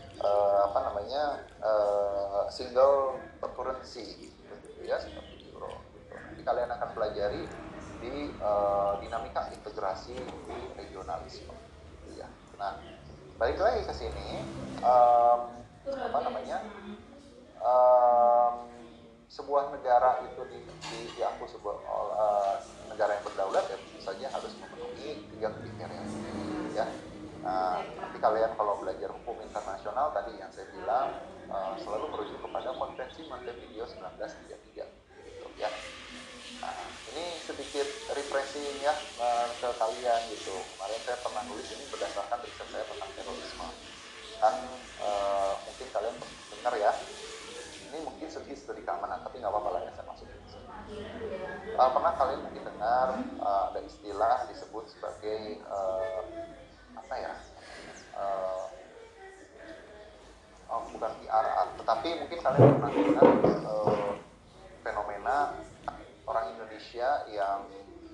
single currency, gitu ya, seperti euro, gitu. Nanti kalian akan pelajari di dinamika integrasi di regionalisme, gitu ya. Nah, balik lagi ke sini, sebuah negara itu diakui sebuah negara yang berdaulat, ya tentu saja harus memenuhi 3 kriteria ya. Nanti kalian kalau belajar hukum internasional tadi yang saya bilang selalu merujuk kepada Konvensi Montevideo 1933 gitu ya. Nah, ini sedikit refreshing ya ke kalian gitu. Kemarin saya pernah nulis ini berdasarkan riset saya tentang terorisme. Kan mungkin kalian dengar ya, ini mungkin sedikit studi keamanan, tapi nggak apa-apa lah ya saya masukin. Pernah kalian mungkin dengar ada istilah disebut sebagai apa ya? Bukan PRR, tetapi mungkin kalian pernah dengar fenomena orang Indonesia yang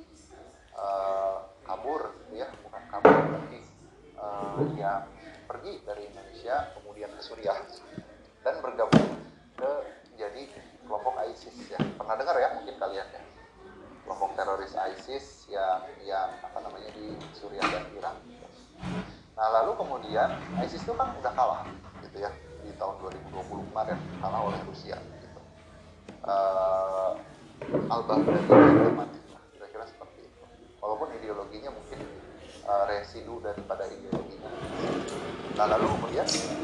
kabur, gitu ya, bukan kabur tapi yang pergi dari Indonesia kemudian ke Suriah dan bergabung ke jadi kelompok ISIS ya. Pernah dengar ya mungkin kalian ya, kelompok teroris ISIS yang apa namanya di Suriah dan Irak. Nah lalu kemudian ISIS itu kan udah kalah gitu ya di tahun 2020 kemarin, kalah oleh Rusia gitu. Al-Baghdadi itu mati, kira-kira seperti itu. Walaupun ideologinya mungkin residu daripada ideologinya. Nah lalu kemudian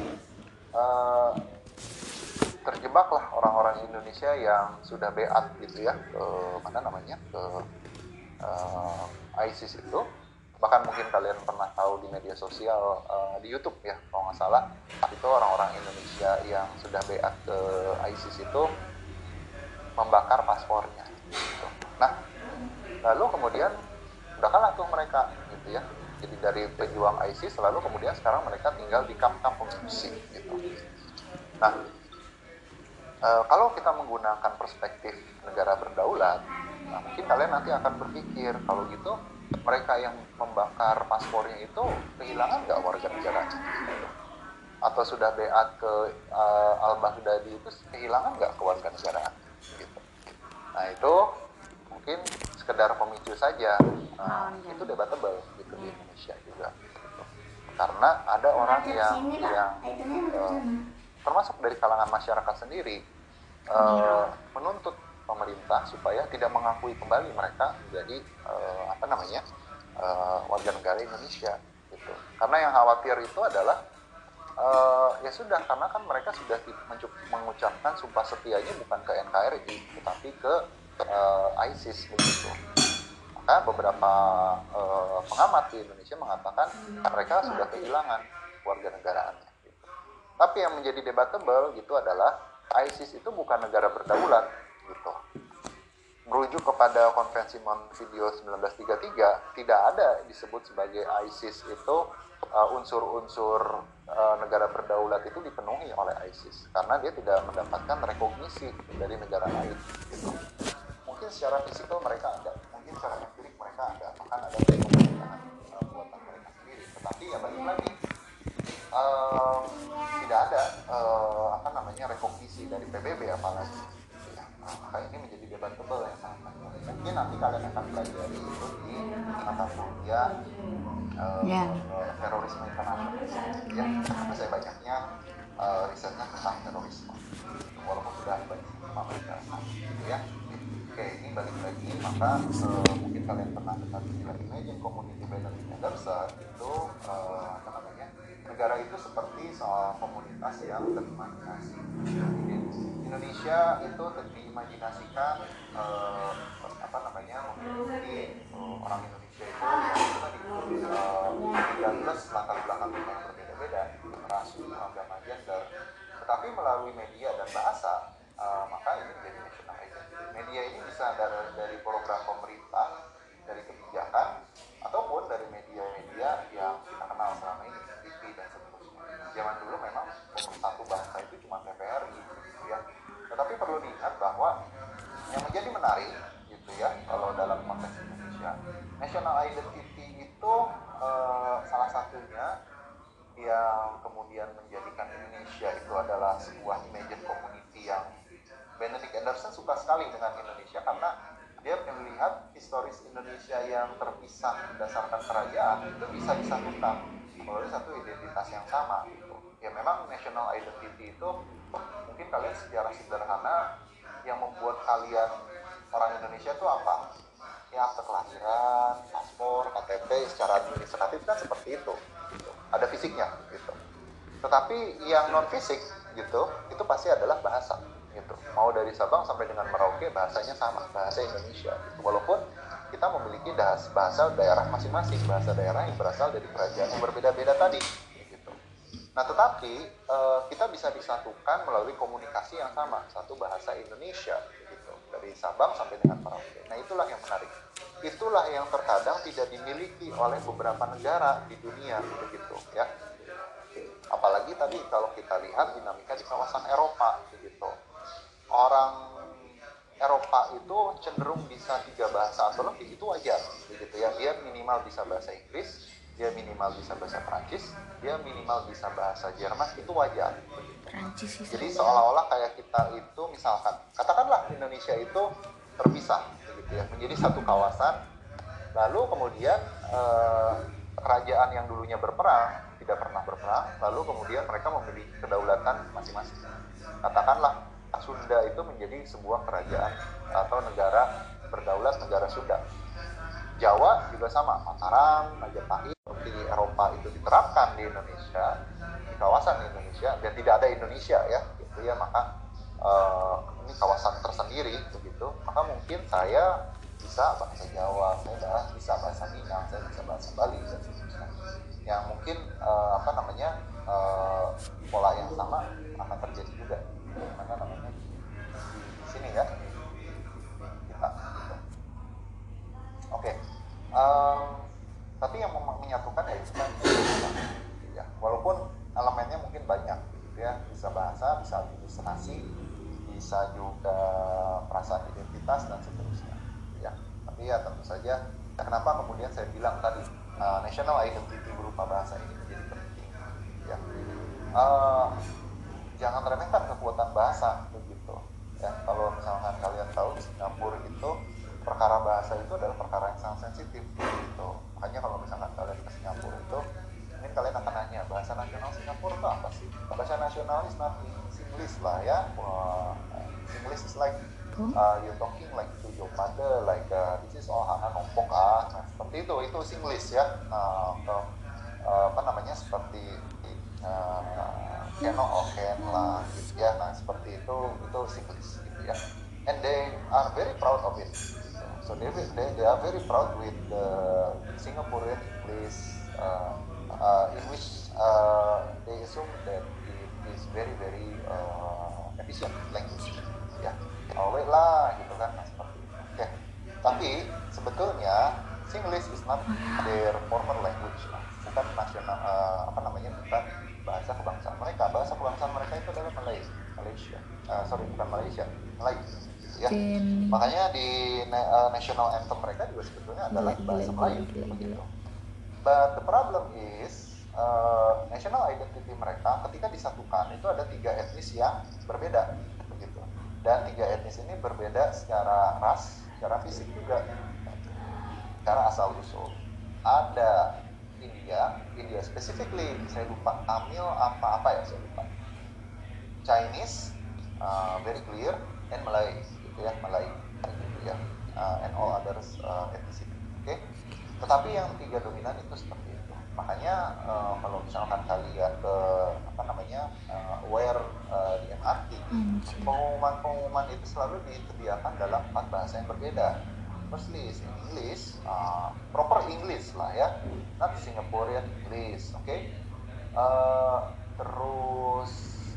terjebaklah orang-orang Indonesia yang sudah beat gitu ya ke mana namanya ke ISIS itu. Bahkan mungkin kalian pernah tahu di media sosial di YouTube ya kalau nggak salah, itu orang-orang Indonesia yang sudah beat ke ISIS itu membakar paspornya gitu. Nah lalu kemudian udah kalah tuh mereka gitu ya, jadi dari pejuang ISIS lalu kemudian sekarang mereka tinggal di kamp-kamp pengungsi gitu. Nah kalau kita menggunakan perspektif negara berdaulat, nah mungkin kalian nanti akan berpikir kalau gitu mereka yang membakar paspornya itu kehilangan nggak warga negaranya gitu. Atau sudah beat ke Al-Baghdadi itu kehilangan nggak kewarganegaraan gitu. Nah itu mungkin sekedar pemicu saja, itu debatable gitu di Indonesia juga gitu. Karena ada orang yang termasuk dari kalangan masyarakat sendiri menuntut pemerintah supaya tidak mengakui kembali mereka menjadi warga negara Indonesia gitu. Karena yang khawatir itu adalah ya sudah, karena kan mereka sudah mengucapkan sumpah setianya bukan ke NKRI tetapi ke ISIS begitu. Maka beberapa pengamat di Indonesia mengatakan mereka sudah kehilangan warga negaraannya gitu. Tapi yang menjadi debatable gitu adalah ISIS itu bukan negara berdaulat gitu. Merujuk kepada Konvensi Montevideo 1933, tidak ada disebut sebagai ISIS itu unsur-unsur negara berdaulat itu dipenuhi oleh ISIS karena dia tidak mendapatkan rekognisi dari negara lain gitu. Mungkin secara fisikal mereka ada, mungkin secara empirik mereka ada, bahkan ada pemerintahan buatan mereka sendiri, tetapi ya balik lagi tidak ada rekognisi dari PBB apalagi ya. Maka ini menjadi debatable yang sangat panjang. Mungkin nanti kalian akan pelajari itu di mata kuliah terorisme internasional ya, karena saya banyaknya risetnya tentang terorisme walaupun sudah banyak pemaparan gitu ya. Oke, ini balik lagi, maka mungkin kalian pernah dengar istilah Imagine Community Benefit Anderson itu negara itu seperti soal komunitas yang terimajinasi. Indonesia itu diimajinasikan memiliki orang Indonesia itu tadi 13 latar belakang yang berbeda-beda, ras, agama, gender, tetapi melalui media dan bahasa maka ini menjadi national identity. Media ini bisa dari program pemerintah, dari kebijakan, ataupun dari media-media yang kita kenal selama ini, TV dan seterusnya. Zaman dulu memang satu bangsa itu cuma TVRI gitu ya. Tetapi perlu diingat bahwa yang menjadi menarik gitu ya, kalau dalam konteks Indonesia, national identity itu salah satunya yang kemudian menjadikan Indonesia itu adalah sebuah imagine community yang Benedict Anderson suka sekali dengan Indonesia karena dia melihat historis Indonesia yang terpisah berdasarkan kerajaan itu bisa disatukan melalui satu identitas yang sama gitu. Ya memang national identity itu mungkin kalian secara sederhana yang membuat kalian orang Indonesia itu apa? Ya akte kelahiran, paspor, KTP secara administratif kan seperti itu gitu. Ada fisiknya gitu. Tetapi yang non fisik gitu itu pasti adalah bahasa gitu. Mau dari Sabang sampai dengan Merauke bahasanya sama, bahasa Indonesia gitu. Walaupun kita memiliki bahasa daerah masing-masing, bahasa daerah yang berasal dari kerajaan yang berbeda-beda tadi gitu. Nah tetapi kita bisa disatukan melalui komunikasi yang sama, satu bahasa Indonesia gitu, dari Sabang sampai dengan Merauke. Nah itulah yang menarik, itulah yang terkadang tidak dimiliki oleh beberapa negara di dunia begitu ya. Apalagi tadi kalau kita lihat dinamika di kawasan Eropa begitu, orang Eropa itu cenderung bisa 3 bahasa atau lebih, itu wajar begitu ya. Dia minimal bisa bahasa Inggris, dia minimal bisa bahasa Prancis, dia minimal bisa bahasa Jerman, itu wajar Prancis sih. Jadi seolah-olah kayak kita itu misalkan katakanlah Indonesia itu terpisah begitu ya, menjadi satu kawasan, lalu kemudian kerajaan yang dulunya berperang tidak pernah berperang, lalu kemudian mereka memiliki kedaulatan masing-masing. Katakanlah Sunda itu menjadi sebuah kerajaan atau negara berdaulat, negara Sunda. Jawa juga sama, Mataram, Majapahit, seperti Eropa itu diterapkan di Indonesia, di kawasan Indonesia, dan tidak ada Indonesia ya, gitu ya, maka ini kawasan tersendiri begitu, maka mungkin saya bisa bahasa Jawa, saya bisa bahasa Minang, saya bisa bahasa Bali dan seterusnya. Yang mungkin pola yang sama akan terjadi juga di sini ya, di kita gitu. Oke. Tapi yang menyatukan ya itu kan ya, walaupun elemennya mungkin banyak gitu ya, bisa bahasa, bisa administrasi, bisa juga perasaan identitas dan seterusnya ya. Tapi ya tentu saja kenapa kemudian saya bilang tadi national identity berupa bahasa ini menjadi penting ya. Jangan remehkan kekuatan bahasa begitu ya. Kalau misalkan kalian tahu di Singapura itu perkara bahasa itu adalah perkara yang sangat sensitif gitu. Makanya kalau misalkan kalian ke Singapura itu mungkin kalian akan nanya, bahasa nasional Singapura itu apa sih? Bahasa nasional is not Singlish lah ya. Singlish is like you talking like to your mother, like this is all hana nompok nah seperti itu Singlish ya. Seperti keno oken lah gitu ya. Nah seperti itu Singlish gitu ya. And they are very proud of it. So they are very proud with the Singaporean English, in which they assume that it is very efficient language. Ya, always lah gitu kan, nah, seperti itu. Okay. Tapi sebetulnya Singlish is not their former language, bukan nasional, bukan bahasa kebangsaan mereka. Bahasa kebangsaan mereka itu adalah Malaysia. Bukan Malaysia, Malay. Ya. Makanya di national anthem mereka juga sebetulnya adalah bahasa Melayu begitu. But the problem is national identity mereka ketika disatukan itu ada 3 etnis yang berbeda begitu. Dan 3 etnis ini berbeda secara ras, secara fisik juga, secara asal usul. Ada India specifically, saya lupa Tamil apa ya, saya lupa. Chinese, very clear, and Malay. Ya, Malay gitu ya, and all others ethnicity. Okay? Tetapi yang 3 dominan itu seperti itu. Makanya kalau misalkan kalian ke aware di MRT, pengumuman itu selalu disediakan dalam 4 bahasa yang berbeda. Firstly is English, proper English lah ya, not Singaporean English, oke? Okay? Terus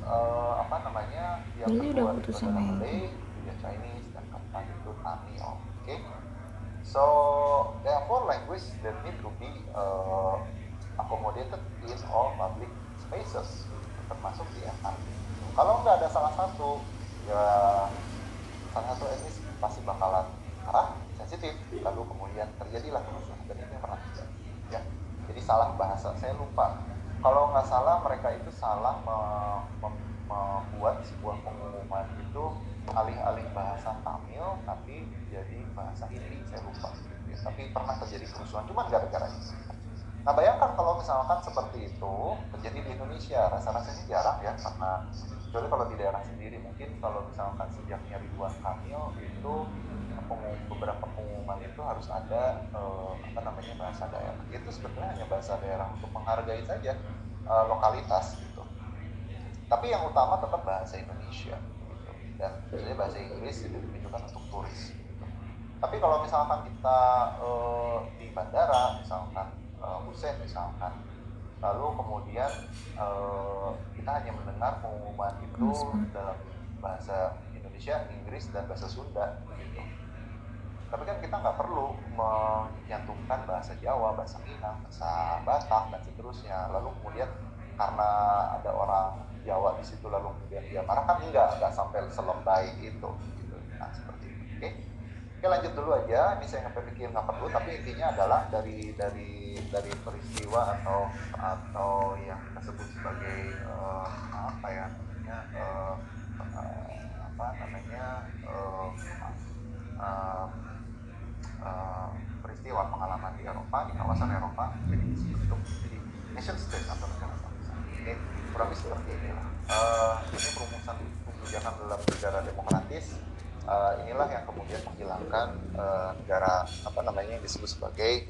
yang kedua itu adalah Malay, Chinese, dan keempat itu Tamil. Okay? So there are 4 languages that need to be accommodated in all public spaces, termasuk di MRT. Kalau nggak ada salah satu etnis pasti bakalan sensitif, lalu kemudian terjadilah kerusuhan, dan ini pernah terjadi. Ya. Jadi salah bahasa, saya lupa. Kalau nggak salah mereka itu salah membuat sebuah pengumuman itu alih-alih bahasa Tamil tapi jadi bahasa Hindi, saya lupa gitu ya. Tapi pernah terjadi kerusuhan, cuma gara-gara itu. Nah bayangkan kalau misalkan seperti itu terjadi di Indonesia, rasa-rasanya jarang ya, karena kecuali kalau di daerah sendiri. Mungkin kalau misalkan sejaknya Ridwan Kamil itu beberapa pengumuman itu harus ada bahasa daerah. Itu sebetulnya hanya bahasa daerah untuk menghargai saja lokalitas gitu. Tapi yang utama tetap bahasa Indonesia gitu. Dan biasanya bahasa Inggris itu ditujukan untuk turis gitu. Tapi kalau misalkan kita di bandara misalkan Hussein misalkan, lalu kemudian kita hanya mendengar pengumuman itu dalam bahasa Indonesia, Inggris, dan bahasa Sunda gitu. Tapi kan kita nggak perlu menyantumkan bahasa Jawa, bahasa Minang, bahasa Batak, dan seterusnya. Lalu kemudian karena ada orang Jawa di situ lalu kemudian dia marah, kan nggak sampai selebay itu gitu. Nah seperti itu. Oke, lanjut dulu aja. Ini saya pikir nggak perlu, tapi intinya adalah dari peristiwa atau yang kita sebut sebagai peristiwa pengalaman di Eropa, di kawasan Eropa, jadi nation state atau negara bangsa. Oke, kurang lebih seperti inilah. Ini perumusan kebijakan dalam negara demokratis. Inilah yang kemudian menghilangkan negara yang disebut sebagai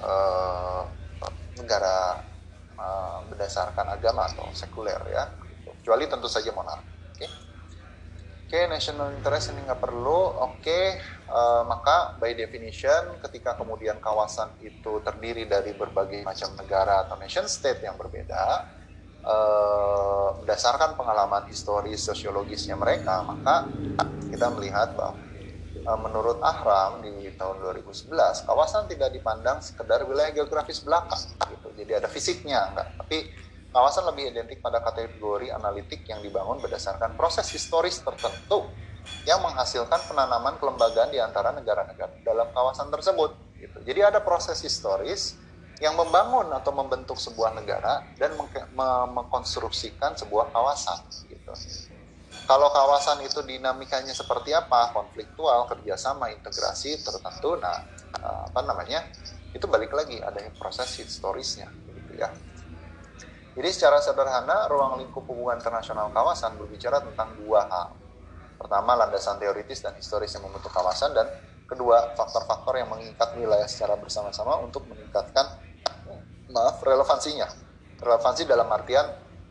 negara berdasarkan agama atau sekuler ya, kecuali tentu saja monarki. Oke, national interest ini nggak perlu. Maka by definition ketika kemudian kawasan itu terdiri dari berbagai macam negara atau nation state yang berbeda, berdasarkan pengalaman historis sosiologisnya mereka, maka kita melihat bahwa menurut Ahram di tahun 2011, kawasan tidak dipandang sekedar wilayah geografis belaka gitu. Jadi ada fisiknya enggak, tapi kawasan lebih identik pada kategori analitik yang dibangun berdasarkan proses historis tertentu yang menghasilkan penanaman kelembagaan di antara negara-negara dalam kawasan tersebut gitu. Jadi ada proses historis yang membangun atau membentuk sebuah negara dan mengkonstruksikan sebuah kawasan gitu. Kalau kawasan itu dinamikanya seperti apa, konfliktual, kerjasama, integrasi tertentu, itu balik lagi ada proses historisnya gitu ya. Jadi secara sederhana ruang lingkup hubungan internasional kawasan berbicara tentang dua hal. Pertama, landasan teoritis dan historis yang membentuk kawasan, dan kedua, faktor-faktor yang mengikat wilayah secara bersama-sama untuk meningkatkan relevansinya. Relevansi dalam artian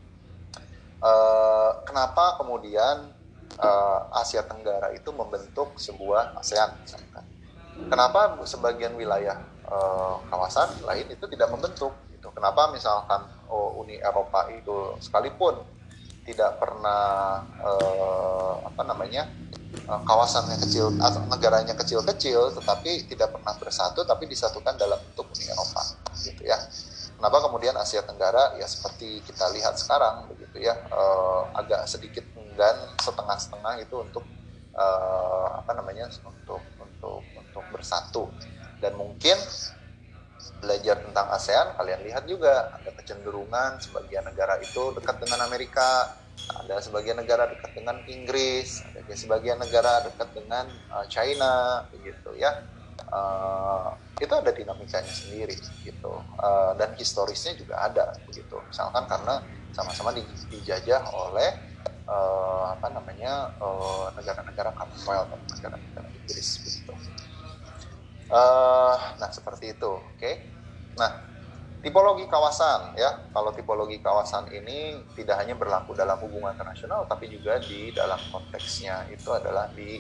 kenapa kemudian Asia Tenggara itu membentuk sebuah ASEAN misalkan. Kenapa sebagian wilayah kawasan lain itu tidak membentuk gitu. Kenapa misalkan Uni Eropa itu sekalipun tidak pernah kawasannya kecil atau negaranya kecil-kecil tetapi tidak pernah bersatu, tapi disatukan dalam bentuk Uni Eropa gitu ya. Kenapa kemudian Asia Tenggara ya seperti kita lihat sekarang begitu ya, agak sedikit enggan setengah-setengah itu untuk untuk bersatu. Dan mungkin belajar tentang ASEAN, kalian lihat juga ada kecenderungan sebagian negara itu dekat dengan Amerika, ada sebagian negara dekat dengan Inggris, ada sebagian negara dekat dengan China begitu ya. Itu ada dinamikanya sendiri gitu, dan historisnya juga ada begitu. Misalkan karena sama-sama dijajah oleh negara-negara Commonwealth atau negara-negara Inggris begitu. Nah seperti itu, oke. Nah tipologi kawasan ya, kalau tipologi kawasan ini tidak hanya berlaku dalam hubungan internasional, tapi juga di dalam konteksnya itu adalah di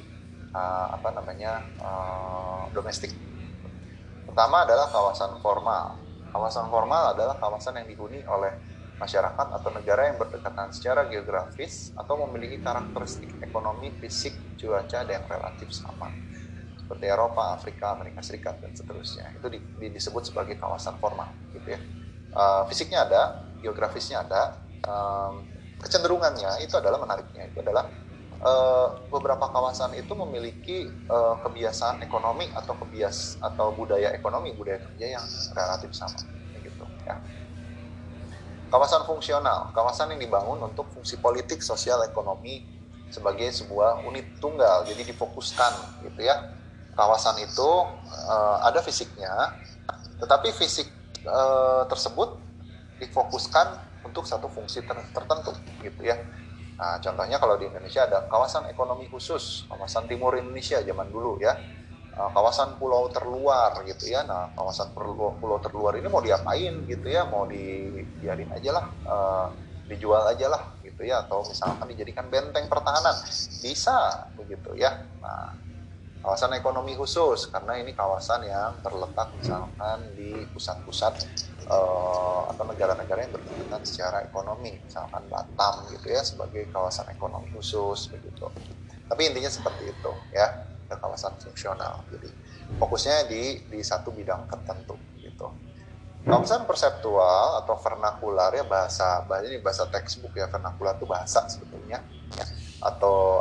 domestik. Pertama adalah kawasan formal. Kawasan formal adalah kawasan yang dihuni oleh masyarakat atau negara yang berdekatan secara geografis atau memiliki karakteristik ekonomi, fisik, cuaca yang relatif sama. Seperti Eropa, Afrika, Amerika Serikat, dan seterusnya. Itu disebut sebagai kawasan formal gitu ya. Fisiknya ada, geografisnya ada, kecenderungannya itu adalah menariknya, itu adalah beberapa kawasan itu memiliki kebiasaan ekonomi atau budaya ekonomi, budaya kerja yang relatif sama gitu ya. Kawasan fungsional, kawasan yang dibangun untuk fungsi politik, sosial, ekonomi sebagai sebuah unit tunggal, jadi difokuskan gitu ya. Kawasan itu ada fisiknya, tetapi fisik tersebut difokuskan untuk satu fungsi tertentu gitu ya. Nah, contohnya kalau di Indonesia ada kawasan ekonomi khusus, kawasan timur Indonesia zaman dulu ya, kawasan pulau terluar gitu ya. Nah, kawasan pulau terluar ini mau diapain gitu ya, mau dibiarin aja lah, dijual aja lah gitu ya, atau misalkan dijadikan benteng pertahanan, bisa begitu ya. Nah, kawasan ekonomi khusus karena ini kawasan yang terletak misalkan di pusat-pusat atau negara-negara yang berkaitan secara ekonomi, misalkan Batam gitu ya sebagai kawasan ekonomi khusus begitu. Tapi intinya seperti itu ya, kawasan fungsional. Jadi fokusnya di satu bidang tertentu gitu. Kawasan perseptual atau vernakular ya, bahasa ini bahasa textbook ya, vernakular itu bahasa sebetulnya ya, atau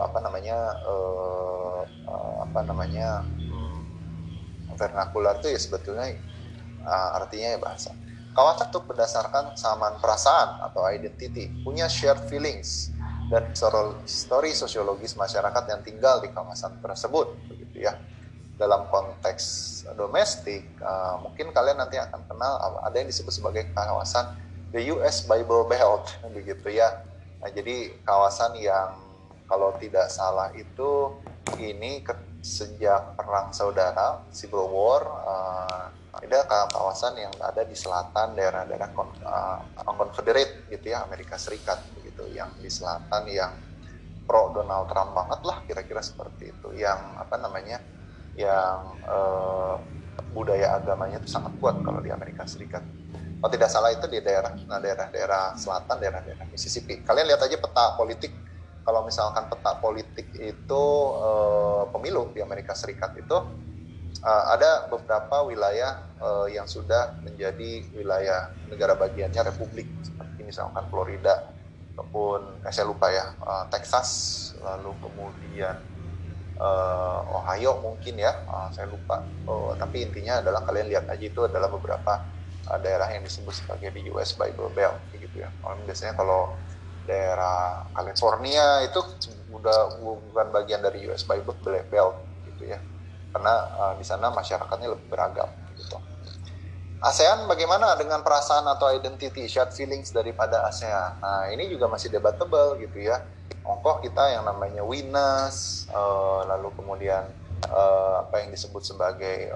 vernakular itu ya sebetulnya artinya ya bahasa. Kawasan itu berdasarkan kesamaan perasaan atau identity, punya shared feelings dan histori sosiologis masyarakat yang tinggal di kawasan tersebut begitu ya. Dalam konteks domestik, mungkin kalian nanti akan kenal ada yang disebut sebagai kawasan the US Bible Belt begitu ya. Nah, jadi kawasan yang kalau tidak salah itu ini sejak perang saudara Civil War, ada kawasan yang ada di selatan daerah-daerah Confederate gitu ya, Amerika Serikat begitu, yang di selatan yang pro Donald Trump banget lah kira-kira seperti itu, yang budaya agamanya itu sangat kuat kalau di Amerika Serikat. Kalau tidak salah itu di daerah-daerah selatan, daerah-daerah Mississippi. Kalian lihat aja peta politik. Kalau misalkan peta politik itu pemilu di Amerika Serikat itu ada beberapa wilayah yang sudah menjadi wilayah negara bagiannya republik, seperti misalkan Florida ataupun saya lupa ya, Texas, lalu kemudian Ohio mungkin ya, saya lupa. Tapi intinya adalah kalian lihat aja itu adalah beberapa daerah yang disebut sebagai di US Bible Belt gitu ya. Biasanya kalau daerah California itu bukan bagian dari US Bible Belt gitu ya, karena di sana masyarakatnya lebih beragam gitu. ASEAN bagaimana dengan perasaan atau identity, shared feelings daripada ASEAN? Nah, ini juga masih debatable gitu ya. Ongkoh kita yang namanya WINES, lalu kemudian apa yang disebut sebagai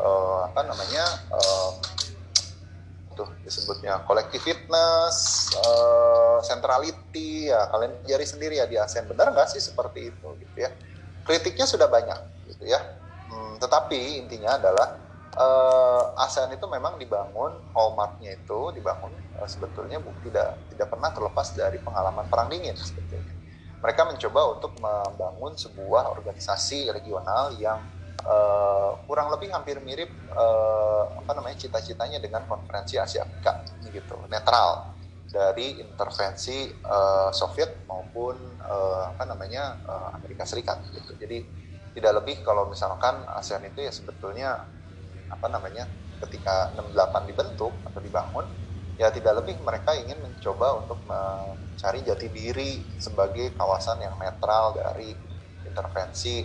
disebutnya collective fitness, centrality ya, kalian jari sendiri ya di ASEAN, benar nggak sih seperti itu gitu ya. Kritiknya sudah banyak gitu ya, tetapi intinya adalah ASEAN itu memang dibangun, hallmarknya itu dibangun sebetulnya tidak pernah terlepas dari pengalaman perang dingin sebetulnya. Mereka mencoba untuk membangun sebuah organisasi regional yang kurang lebih hampir mirip cita-citanya dengan konferensi Asia Afrika gitu, netral dari intervensi Soviet maupun Amerika Serikat gitu. Jadi tidak lebih, kalau misalkan ASEAN itu ya sebetulnya ketika 68 dibentuk atau dibangun ya tidak lebih mereka ingin mencoba untuk mencari jati diri sebagai kawasan yang netral dari intervensi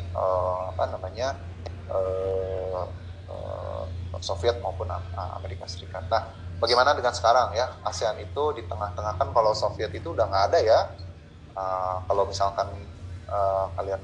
Soviet maupun Amerika Serikat. Nah, bagaimana dengan sekarang ya? ASEAN itu di tengah-tengah, kan kalau Soviet itu udah nggak ada ya. Kalau misalkan kalian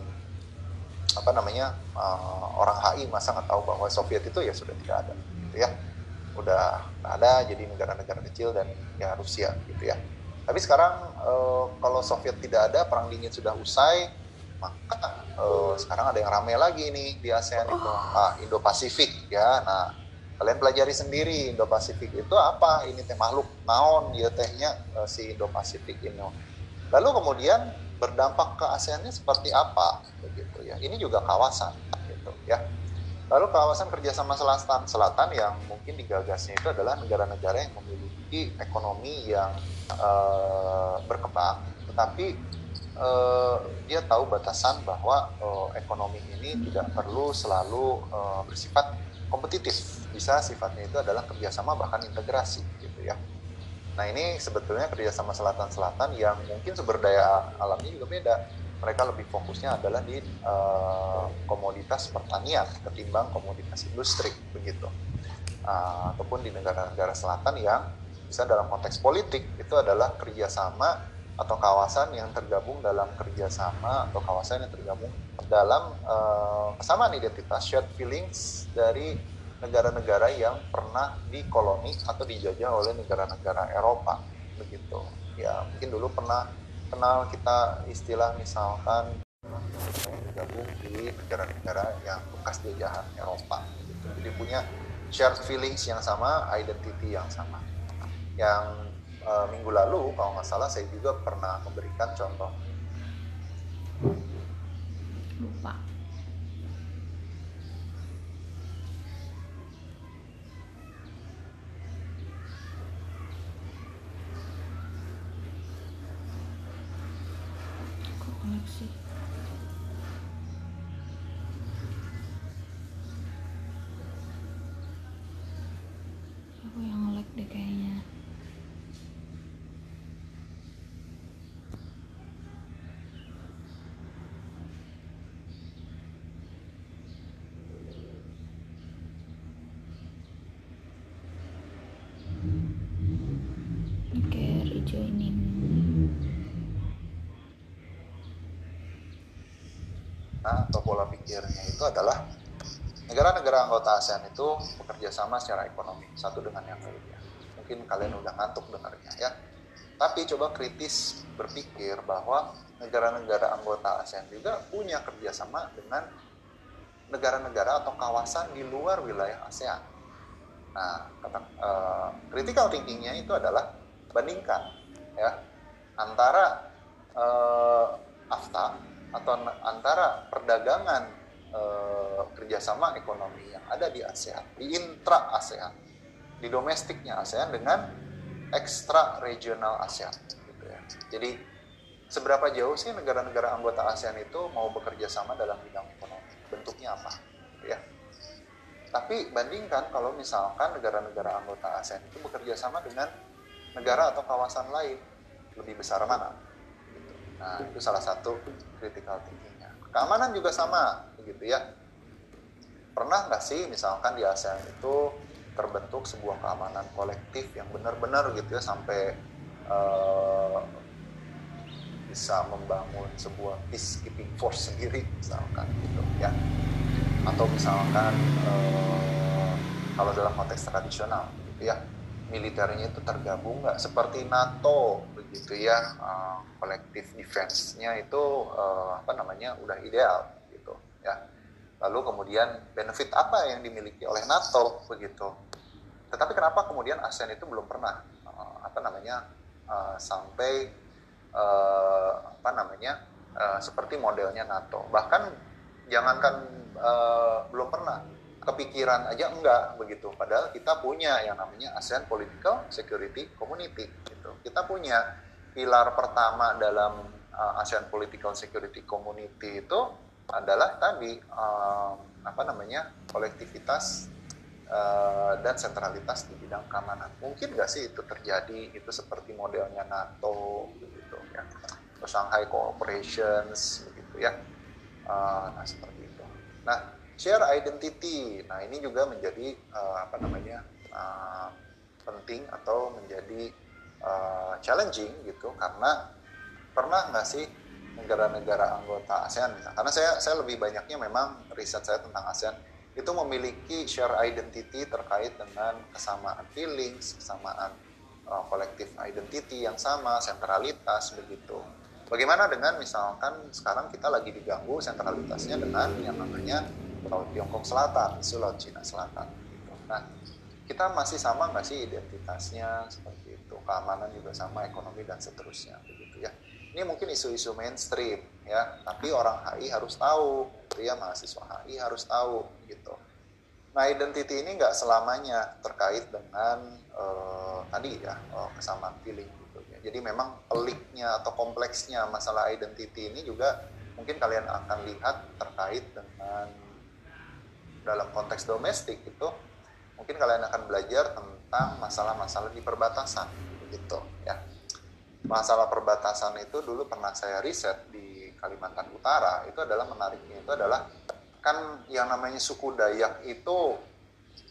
orang HI masa nggak tahu bahwa Soviet itu ya sudah tidak ada gitu ya, udah nggak ada, jadi negara-negara kecil dan ya Rusia gitu ya. Tapi sekarang kalau Soviet tidak ada, perang dingin sudah usai, maka sekarang ada yang ramai lagi nih di ASEAN itu, Indo-Pasifik ya. Nah, kalian pelajari sendiri Indo-Pasifik itu apa, ini teh makhluk naon ya tehnya si Indo-Pasifik ini. Lalu kemudian berdampak ke ASEAN-nya seperti apa begitu ya. Ini juga kawasan gitu ya. Lalu kawasan kerjasama selatan yang mungkin digagasnya itu adalah negara-negara yang memiliki ekonomi yang berkembang, tetapi dia tahu batasan bahwa ekonomi ini tidak perlu selalu bersifat kompetitif, bisa sifatnya itu adalah kerjasama bahkan integrasi gitu ya. Nah, ini sebetulnya kerjasama selatan-selatan yang mungkin sumber daya alamnya juga beda. Mereka lebih fokusnya adalah di komoditas pertanian ketimbang komoditas industri begitu. ataupun di negara-negara selatan yang bisa dalam konteks politik itu adalah kerjasama atau kawasan yang tergabung dalam kerjasama atau kawasan yang tergabung dalam kesamaan identitas, shared feelings dari negara-negara yang pernah dikoloni atau dijajah oleh negara-negara Eropa begitu. Ya mungkin dulu pernah kenal kita istilah misalkan bergabung di negara-negara yang bekas jajahan Eropa gitu. Jadi punya shared feelings yang sama, identity yang sama. Yang minggu lalu kalau nggak salah saya juga pernah memberikan contoh. Lupa. Kok koneksi? Aku yang nge-lag deh kayaknya. Oke, rejoining. Atau pola pikirnya itu adalah negara-negara anggota ASEAN itu bekerja sama secara ekonomi satu dengan yang lainnya. Mungkin kalian udah ngantuk dengarnya ya. Tapi coba kritis berpikir bahwa negara-negara anggota ASEAN juga punya kerjasama dengan negara-negara atau kawasan di luar wilayah ASEAN. Nah, critical thinkingnya itu adalah bandingkan ya antara AFTA atau antara perdagangan kerjasama ekonomi yang ada di ASEAN, di intra ASEAN, di domestiknya ASEAN dengan ekstra regional ASEAN gitu ya. Jadi seberapa jauh sih negara-negara anggota ASEAN itu mau bekerja sama dalam bidang ekonomi? Bentuknya apa? Ya. Tapi bandingkan kalau misalkan negara-negara anggota ASEAN itu bekerja sama dengan negara atau kawasan lain, lebih besar mana? Gitu. Nah, itu salah satu critical thinkingnya. Keamanan juga sama, begitu ya. Pernah nggak sih misalkan di ASEAN itu terbentuk sebuah keamanan kolektif yang benar-benar gitu ya sampai bisa membangun sebuah peacekeeping force sendiri misalkan gitu ya, atau misalkan kalau dalam konteks tradisional gitu ya militernya itu tergabung nggak seperti NATO begitu ya, kolektif defense-nya itu udah ideal gitu ya. Lalu kemudian benefit apa yang dimiliki oleh NATO begitu. Tetapi kenapa kemudian ASEAN itu belum pernah sampai seperti modelnya NATO. Bahkan jangankan belum pernah, kepikiran aja enggak begitu. Padahal kita punya yang namanya ASEAN Political Security Community gitu. Kita punya pilar pertama dalam ASEAN Political Security Community itu adalah tadi kolektivitas dan sentralitas di bidang keamanan. Mungkin nggak sih itu terjadi itu seperti modelnya NATO begitu ya, atau Shanghai Cooperations begitu ya. Nah seperti itu. Nah share identity, nah ini juga menjadi penting atau menjadi challenging gitu, karena pernah nggak sih negara-negara anggota ASEAN, karena saya lebih banyaknya memang riset saya tentang ASEAN itu memiliki share identity terkait dengan kesamaan feelings, kesamaan collective identity yang sama, sentralitas begitu. Bagaimana dengan misalkan sekarang kita lagi diganggu sentralitasnya dengan yang namanya Laut Tiongkok Selatan, isu Laut Cina Selatan. Gitu. Nah, kita masih sama nggak sih identitasnya seperti itu, keamanan juga sama, ekonomi dan seterusnya begitu ya. Ini mungkin isu-isu mainstream ya, tapi orang HI harus tahu, gitu ya, mahasiswa HI harus tahu gitu. Nah, identity ini nggak selamanya terkait dengan kesamaan feeling gitu ya. Jadi memang peliknya atau kompleksnya masalah identity ini juga mungkin kalian akan lihat terkait dengan dalam konteks domestik itu. Mungkin kalian akan belajar tentang masalah-masalah di perbatasan gitu ya. Masalah perbatasan itu dulu pernah saya riset di Kalimantan Utara. Itu adalah menariknya itu adalah kan yang namanya suku Dayak itu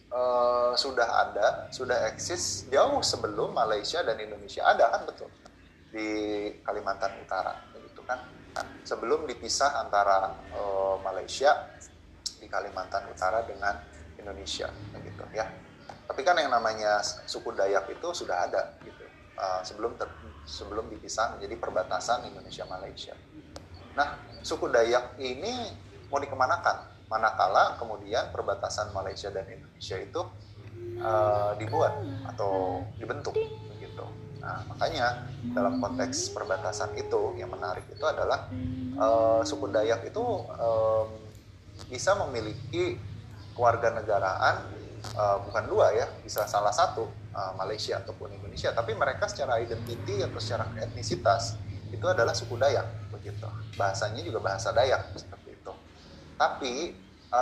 sudah ada, sudah eksis jauh sebelum Malaysia dan Indonesia ada, kan betul, di Kalimantan Utara, begitu kan? Sebelum dipisah antara Malaysia di Kalimantan Utara dengan Indonesia, begitu ya. Tapi kan yang namanya suku Dayak itu sudah ada, gitu, sebelum dipisah menjadi perbatasan Indonesia Malaysia. Nah, suku Dayak ini mau dikemanakan? Manakala kemudian perbatasan Malaysia dan Indonesia itu dibuat atau dibentuk, begitu. Nah, makanya dalam konteks perbatasan itu yang menarik itu adalah suku Dayak itu bisa memiliki kewarganegaraan bukan dua ya, bisa salah satu Malaysia ataupun Indonesia, tapi mereka secara identiti atau secara etnisitas itu adalah suku Dayak, begitu. Bahasanya juga bahasa Dayak seperti itu. Tapi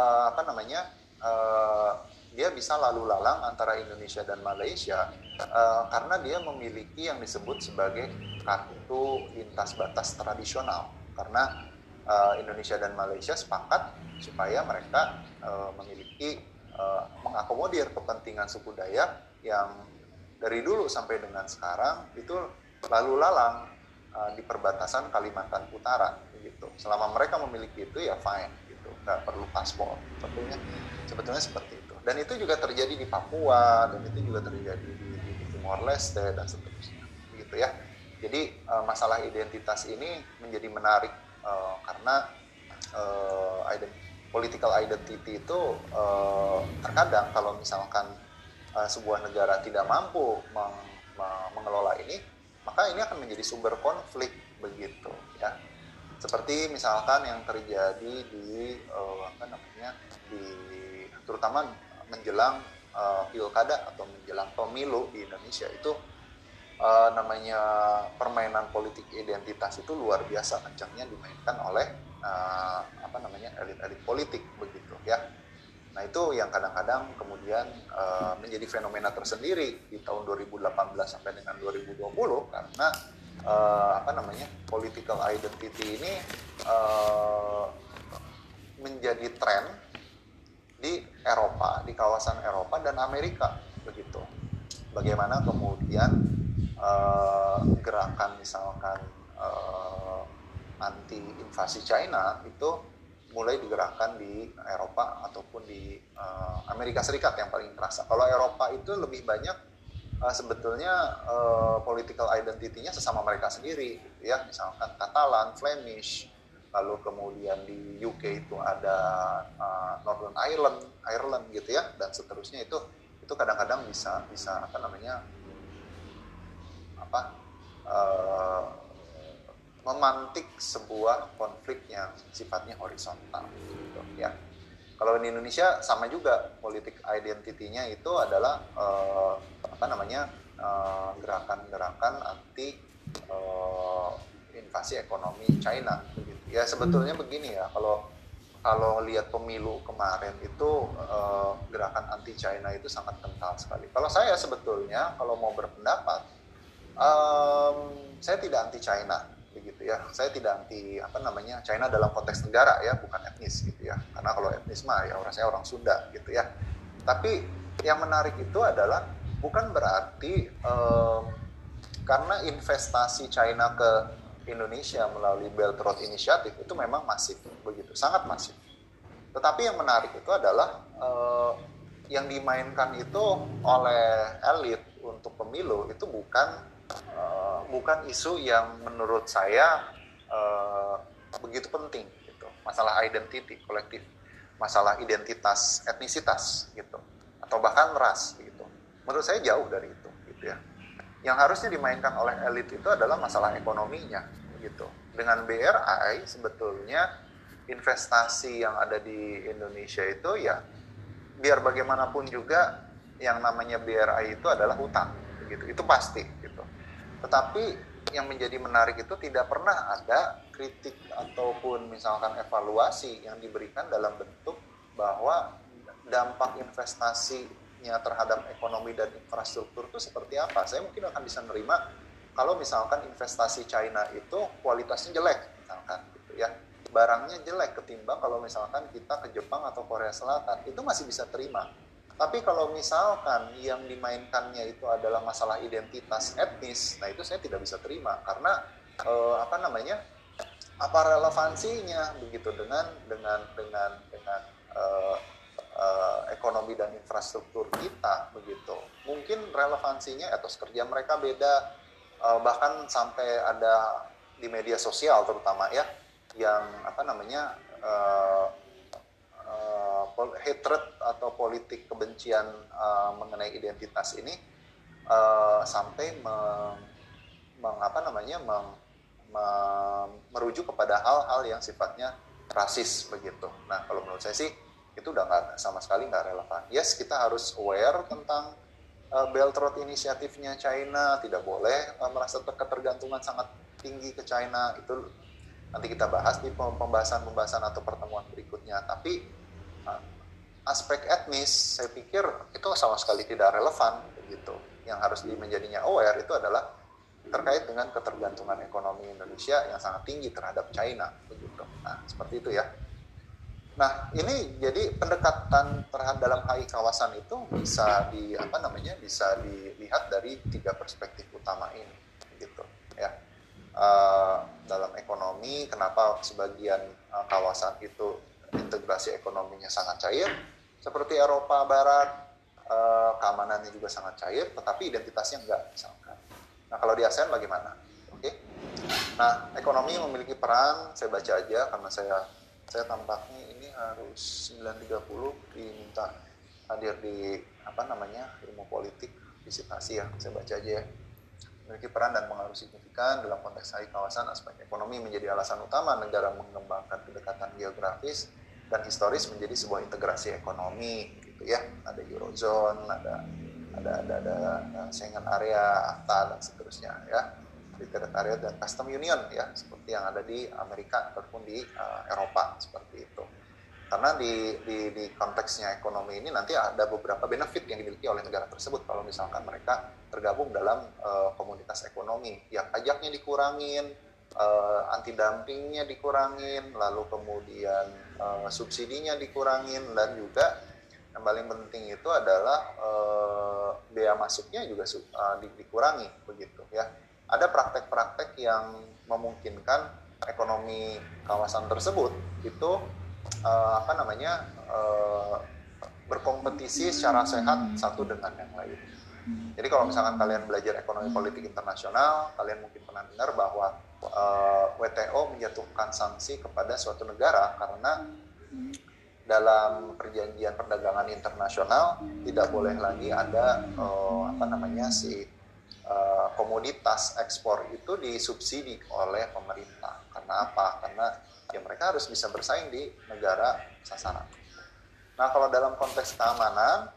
dia bisa lalu lalang antara Indonesia dan Malaysia karena dia memiliki yang disebut sebagai kartu lintas batas tradisional. Karena Indonesia dan Malaysia sepakat supaya mereka memiliki mengakomodir kepentingan suku Dayak yang dari dulu sampai dengan sekarang itu lalu lalang di perbatasan Kalimantan Utara, gitu. Selama mereka memiliki itu ya fine, gitu, nggak perlu paspor. Sebetulnya seperti itu. Dan itu juga terjadi di Papua, dan itu juga terjadi di Timor Leste dan seterusnya, gitu ya. Jadi masalah identitas ini menjadi menarik karena political identity itu terkadang kalau misalkan sebuah negara tidak mampu mengelola ini, maka ini akan menjadi sumber konflik, begitu ya. Seperti misalkan yang terjadi di terutama menjelang pilkada atau menjelang pemilu di Indonesia itu namanya permainan politik identitas itu luar biasa kencangnya dimainkan oleh elit-elit politik, begitu ya. Nah, itu yang kadang-kadang kemudian menjadi fenomena tersendiri di tahun 2018 sampai dengan 2020 karena political identity ini menjadi tren di Eropa, di kawasan Eropa dan Amerika, begitu. Bagaimana kemudian gerakan misalkan anti invasi China itu mulai digerakkan di Eropa ataupun di Amerika Serikat yang paling terasa. Kalau Eropa itu lebih banyak sebetulnya political identity-nya sesama mereka sendiri, gitu ya. Misalkan Catalan, Flemish, lalu kemudian di UK itu ada Northern Ireland gitu ya, dan seterusnya itu kadang-kadang bisa memantik sebuah konflik yang sifatnya horizontal, gitu ya. Kalau di Indonesia sama juga, politik identity-nya itu adalah gerakan-gerakan anti invasi ekonomi China, begitu. Ya sebetulnya begini ya, kalau lihat pemilu kemarin itu gerakan anti China itu sangat kental sekali. Kalau saya sebetulnya kalau mau berpendapat, saya tidak anti China, begitu ya. Saya tidak anti China dalam konteks negara ya, bukan etnis, gitu ya. Karena kalau etnis mah ya saya orang Sunda, gitu ya. Tapi yang menarik itu adalah bukan berarti karena investasi China ke Indonesia melalui Belt Road Initiative itu memang masif, begitu, sangat masif. Tetapi yang menarik itu adalah yang dimainkan itu oleh elit untuk pemilu itu bukan isu yang menurut saya begitu penting, gitu. Masalah identity kolektif, masalah identitas etnisitas, gitu, atau bahkan ras, gitu. Menurut saya jauh dari itu, gitu ya. Yang harusnya dimainkan oleh elit itu adalah masalah ekonominya, gitu. Dengan BRI sebetulnya investasi yang ada di Indonesia itu ya biar bagaimanapun juga yang namanya BRI itu adalah hutang, begitu. Itu pasti, gitu. Tetapi yang menjadi menarik itu tidak pernah ada kritik ataupun misalkan evaluasi yang diberikan dalam bentuk bahwa dampak investasinya terhadap ekonomi dan infrastruktur itu seperti apa. Saya mungkin akan bisa menerima kalau misalkan investasi China itu kualitasnya jelek, misalkan, gitu ya. Barangnya jelek ketimbang kalau misalkan kita ke Jepang atau Korea Selatan, itu masih bisa terima. Tapi kalau misalkan yang dimainkannya itu adalah masalah identitas etnis, nah itu saya tidak bisa terima karena apa relevansinya begitu dengan ekonomi dan infrastruktur kita begitu. Mungkin relevansinya etos kerja mereka beda, bahkan sampai ada di media sosial terutama ya yang hatred atau politik kebencian mengenai identitas ini sampai merujuk kepada hal-hal yang sifatnya rasis begitu. Nah kalau menurut saya sih itu udah sama sekali nggak relevan. Yes, kita harus aware tentang Belt Road inisiatifnya China, tidak boleh merasa ketergantungan sangat tinggi ke China. Itu nanti kita bahas di pembahasan atau pertemuan berikutnya. Tapi aspek etnis saya pikir itu sama sekali tidak relevan begitu. Yang harus menjadinya aware itu adalah terkait dengan ketergantungan ekonomi Indonesia yang sangat tinggi terhadap China begitu. Nah, seperti itu ya. Nah, ini jadi pendekatan terhadap dalam HI kawasan itu bisa dilihat dari 3 perspektif utama ini gitu ya. Dalam ekonomi, kenapa sebagian kawasan itu integrasi ekonominya sangat cair, seperti Eropa Barat, keamanannya juga sangat cair, tetapi identitasnya enggak misalkan. Nah, kalau di ASEAN bagaimana? Oke. Nah, ekonomi memiliki peran, saya baca aja karena saya tampaknya ini harus 9.30 diminta hadir di ilmu politik visitasi ya. Saya baca aja ya. Memiliki peran dan pengaruh signifikan dalam konteks HI kawasan. Aspek ekonomi menjadi alasan utama negara mengembangkan kedekatan geografis dan historis menjadi sebuah integrasi ekonomi gitu ya. Ada Eurozone, ada Schengen area, AFTA dan seterusnya ya. Secretariat dan Custom Union ya, seperti yang ada di Amerika ataupun di Eropa seperti itu. Karena di konteksnya ekonomi ini nanti ada beberapa benefit yang dimiliki oleh negara tersebut kalau misalkan mereka tergabung dalam komunitas ekonomi. Ya pajaknya dikurangin, anti dumpingnya dikurangin, lalu kemudian subsidinya dikurangin, dan juga yang paling penting itu adalah biaya masuknya juga dikurangi begitu ya. Ada praktek-praktek yang memungkinkan ekonomi kawasan tersebut itu berkompetisi secara sehat satu dengan yang lain. Jadi kalau misalkan kalian belajar ekonomi politik internasional, kalian mungkin pernah dengar bahwa WTO menjatuhkan sanksi kepada suatu negara karena dalam perjanjian perdagangan internasional tidak boleh lagi ada komoditas ekspor itu disubsidi oleh pemerintah. Karena apa? Karena ya mereka harus bisa bersaing di negara sasaran. Nah, kalau dalam konteks keamanan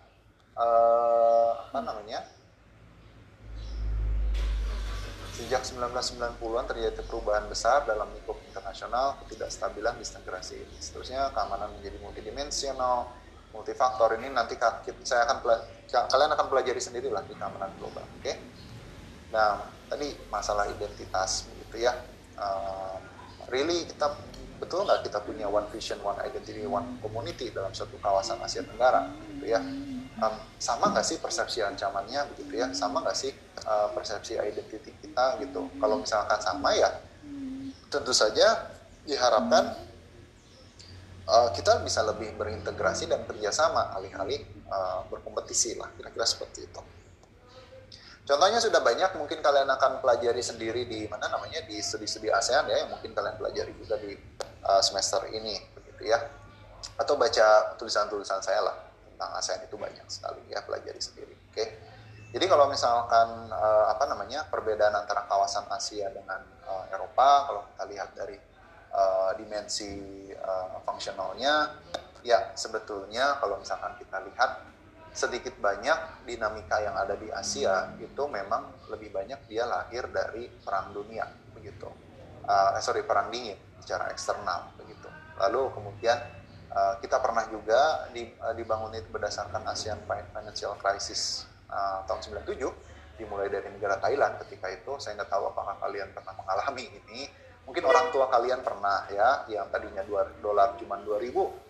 sejak 1990-an terjadi perubahan besar dalam lingkup internasional, ketidakstabilan disintegrasi ini. Seterusnya keamanan menjadi multidimensional, multifaktor. Ini nanti kalian akan pelajari sendirilah di keamanan global. Oke? Nah, tadi masalah identitas begitu ya. Really betul nggak kita punya one vision, one identity, one community dalam suatu kawasan Asia Tenggara gitu ya. Sama nggak sih persepsi ancamannya begitu ya, sama nggak sih persepsi identity kita gitu. Kalau misalkan sama ya tentu saja diharapkan kita bisa lebih berintegrasi dan kerjasama alih-alih berkompetisi lah, kira-kira seperti itu. Contohnya sudah banyak, mungkin kalian akan pelajari sendiri di di studi-studi ASEAN ya, yang mungkin kalian pelajari juga di semester ini begitu ya. Atau baca tulisan-tulisan saya lah tentang ASEAN, itu banyak sekali ya, pelajari sendiri. Oke. Jadi kalau misalkan perbedaan antara kawasan Asia dengan Eropa, kalau kita lihat dari dimensi fungsionalnya, ya sebetulnya kalau misalkan kita lihat sedikit banyak dinamika yang ada di Asia itu memang lebih banyak dia lahir dari perang dunia begitu. Perang dingin secara eksternal begitu. Lalu kemudian kita pernah juga dibangun itu berdasarkan ASEAN Financial Crisis tahun 97, dimulai dari negara Thailand. Ketika itu saya nggak tahu apakah kalian pernah mengalami ini. Mungkin orang tua kalian pernah ya, yang tadinya $2 cuma 2.000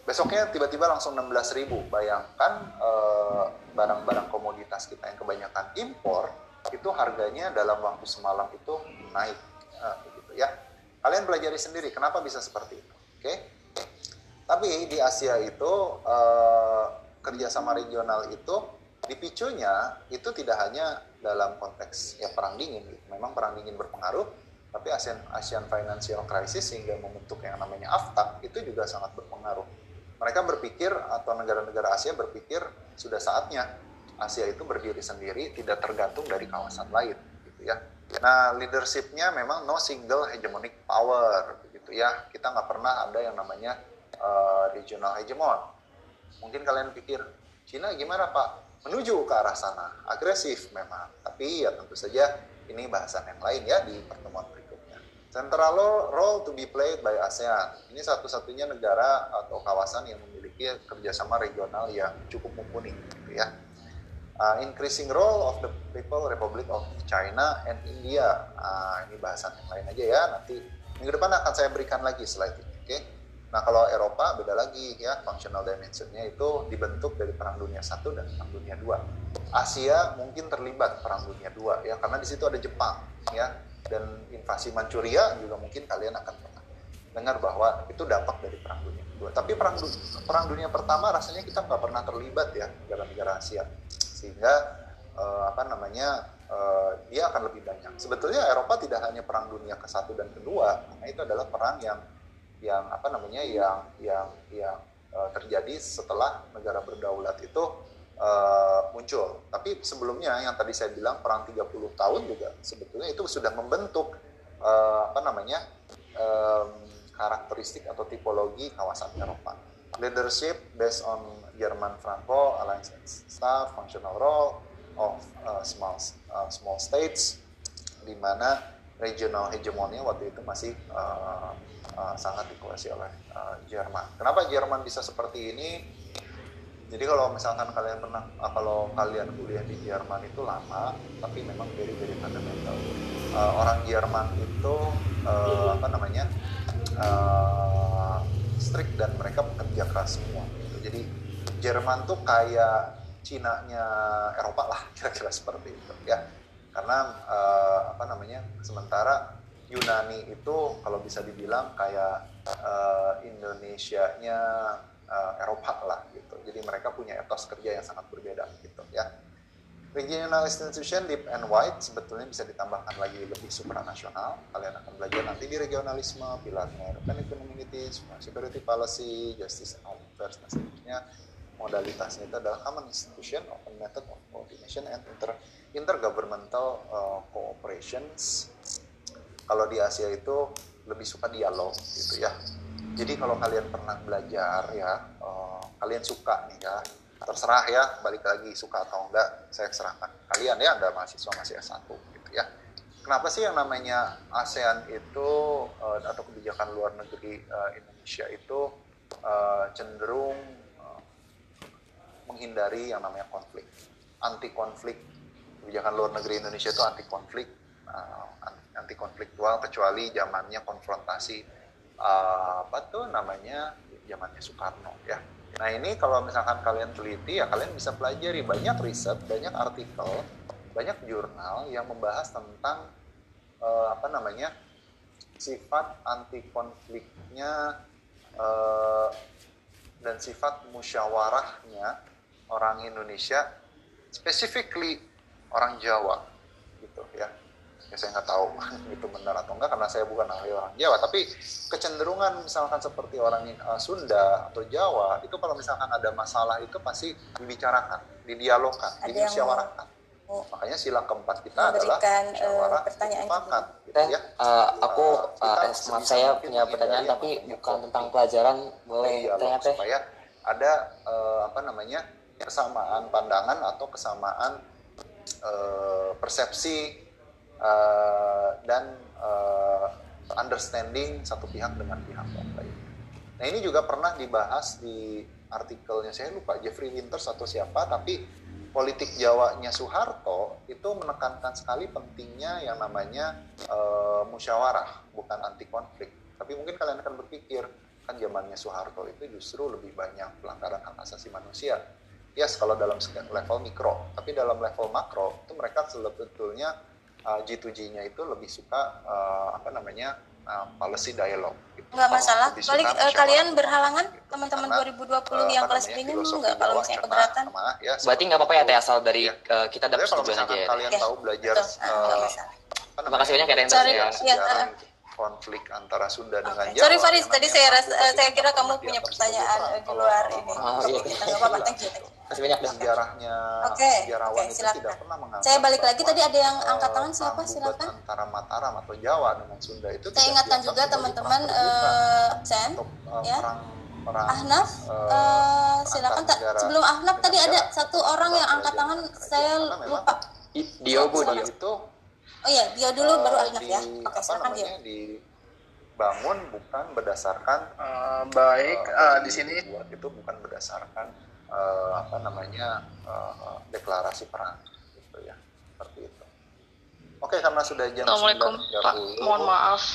Besoknya tiba-tiba langsung 16.000. Bayangkan barang-barang komoditas kita yang kebanyakan impor itu harganya dalam waktu semalam itu naik, gitu ya. Kalian pelajari sendiri kenapa bisa seperti itu, oke? Tapi di Asia itu kerjasama regional itu dipicunya itu tidak hanya dalam konteks ya perang dingin, gitu. Memang perang dingin berpengaruh, tapi Asian Financial Crisis sehingga membentuk yang namanya AFTA itu juga sangat berpengaruh. Mereka berpikir atau negara-negara Asia berpikir sudah saatnya Asia itu berdiri sendiri, tidak tergantung dari kawasan lain, gitu ya. Nah, leadership-nya memang no single hegemonic power, gitu ya. Kita nggak pernah ada yang namanya regional hegemon. Mungkin kalian pikir, Cina gimana Pak? Menuju ke arah sana, agresif memang. Tapi ya tentu saja ini bahasan yang lain ya di pertemuan berikutnya. Central role to be played by ASEAN. Ini satu-satunya negara atau kawasan yang memiliki kerjasama regional yang cukup mumpuni, gitu ya. Increasing role of the People Republic of China and India. Ini bahasan yang lain aja ya. Nanti minggu depan akan saya berikan lagi slide ini. Oke. Nah kalau Eropa beda lagi ya. Functional dimensionnya itu dibentuk dari Perang Dunia I dan Perang Dunia II. Asia mungkin terlibat Perang Dunia II ya, karena di situ ada Jepang ya. Dan invasi Manchuria juga mungkin kalian akan pernah dengar bahwa itu dampak dari Perang Dunia II. Tapi Perang Dunia Pertama rasanya kita nggak pernah terlibat ya negara-negara Asia. Sehingga dia akan lebih banyak. Sebetulnya Eropa tidak hanya Perang Dunia ke-1 dan kedua, karena itu adalah perang yang terjadi setelah negara berdaulat itu muncul. Tapi sebelumnya yang tadi saya bilang perang 30 tahun juga sebetulnya itu sudah membentuk karakteristik atau tipologi kawasan Eropa. Leadership based on German Franco alliance staff, functional role of small states, di mana regional hegemonya waktu itu masih sangat dikuasai oleh Jerman. Kenapa Jerman bisa seperti ini? Jadi kalau misalkan kalau kalian kuliah di Jerman itu lama, tapi memang very fundamental. Orang Jerman itu strict dan mereka bekerja keras semua. Gitu. Jadi Jerman tuh kayak Cina-nya Eropa lah, kira-kira seperti itu ya. Karena sementara Yunani itu kalau bisa dibilang kayak Indonesia-nya Eropa lah gitu. Jadi mereka punya etos kerja yang sangat berbeda gitu ya. Regional institution deep and wide sebetulnya bisa ditambahkan lagi lebih supranasional. Kalian akan belajar nanti di regionalisme, pilarnya European communities, security policy, justice and affairs, dan seterusnya. Modalitasnya itu adalah common institution, open method of coordination, and intergovernmental cooperations. Kalau di Asia itu lebih suka dialog gitu ya. Jadi kalau kalian pernah belajar ya, kalian suka nih ya, terserah ya, balik lagi suka atau enggak, saya serahkan kalian ya, Anda mahasiswa masih S1 gitu ya. Kenapa sih yang namanya ASEAN itu atau kebijakan luar negeri Indonesia itu cenderung menghindari yang namanya konflik, anti konflik. Kebijakan luar negeri Indonesia itu anti konfliktual, kecuali zamannya konfrontasi zamannya Soekarno ya. Nah ini kalau misalkan kalian teliti ya, kalian bisa pelajari banyak riset, banyak artikel, banyak jurnal yang membahas tentang sifat anti konfliknya dan sifat musyawarahnya orang Indonesia, specifically orang Jawa gitu ya. Ya saya nggak tahu itu benar atau enggak karena saya bukan ahli orang Jawa, tapi kecenderungan misalkan seperti orang Sunda atau Jawa itu kalau misalkan ada masalah itu pasti dibicarakan, didialogkan, dimusyawarahkan. Makanya sila keempat kita adalah musyawarah mufakat gitu ya. Maaf saya punya pertanyaan tapi bukan tentang pelajaran, boleh tanya teh? Supaya ada kesamaan pandangan atau kesamaan persepsi dan understanding satu pihak dengan pihak yang lain. Nah ini juga pernah dibahas di artikelnya, saya lupa Jeffrey Winters atau siapa, tapi politik Jawanya Soeharto itu menekankan sekali pentingnya yang namanya musyawarah, bukan anti konflik. Tapi mungkin kalian akan berpikir, kan zamannya Soeharto itu justru lebih banyak pelanggaran hak asasi manusia. Yes, kalau dalam level mikro, tapi dalam level makro itu mereka sebetulnya G2G-nya itu lebih suka policy dialog. Gitu. Nggak masalah. Balik kalian berhalangan gitu. Teman-teman 2020 yang kelas B-nya nggak kalau misalnya keberatan. Ya, berarti nggak apa-apa ya teh asal dari kita dapat setujuan aja ya. Kalian tahu belajar. Terima kasih banyak ya Renta ya. Konflik antara Sunda dengan Jawa. Sorry Faris, tadi saya kira kamu punya pertanyaan di luar ini. Kita nggak apa-apa, thank you. Masih banyak sejarahnya sejarawan itu tidak pernah mengangkat. Saya balik lagi tadi ada yang angkat tangan, siapa silakan. Antara Mataram atau Jawa dengan Sunda itu. Saya ingatkan juga teman-teman Sen, ya. Ahnaf, silakan. Sebelum Ahnaf tadi ada satu orang yang angkat tangan, saya lupa. Dio itu. Oh iya, Dio dulu baru Ahnaf ya. Oke, silakan Dio. Dibangun bukan berdasarkan di sini itu bukan berdasarkan deklarasi perang gitu ya, seperti itu. Oke, karena sudah jam 9.30. Assalamualaikum Pak, mohon maaf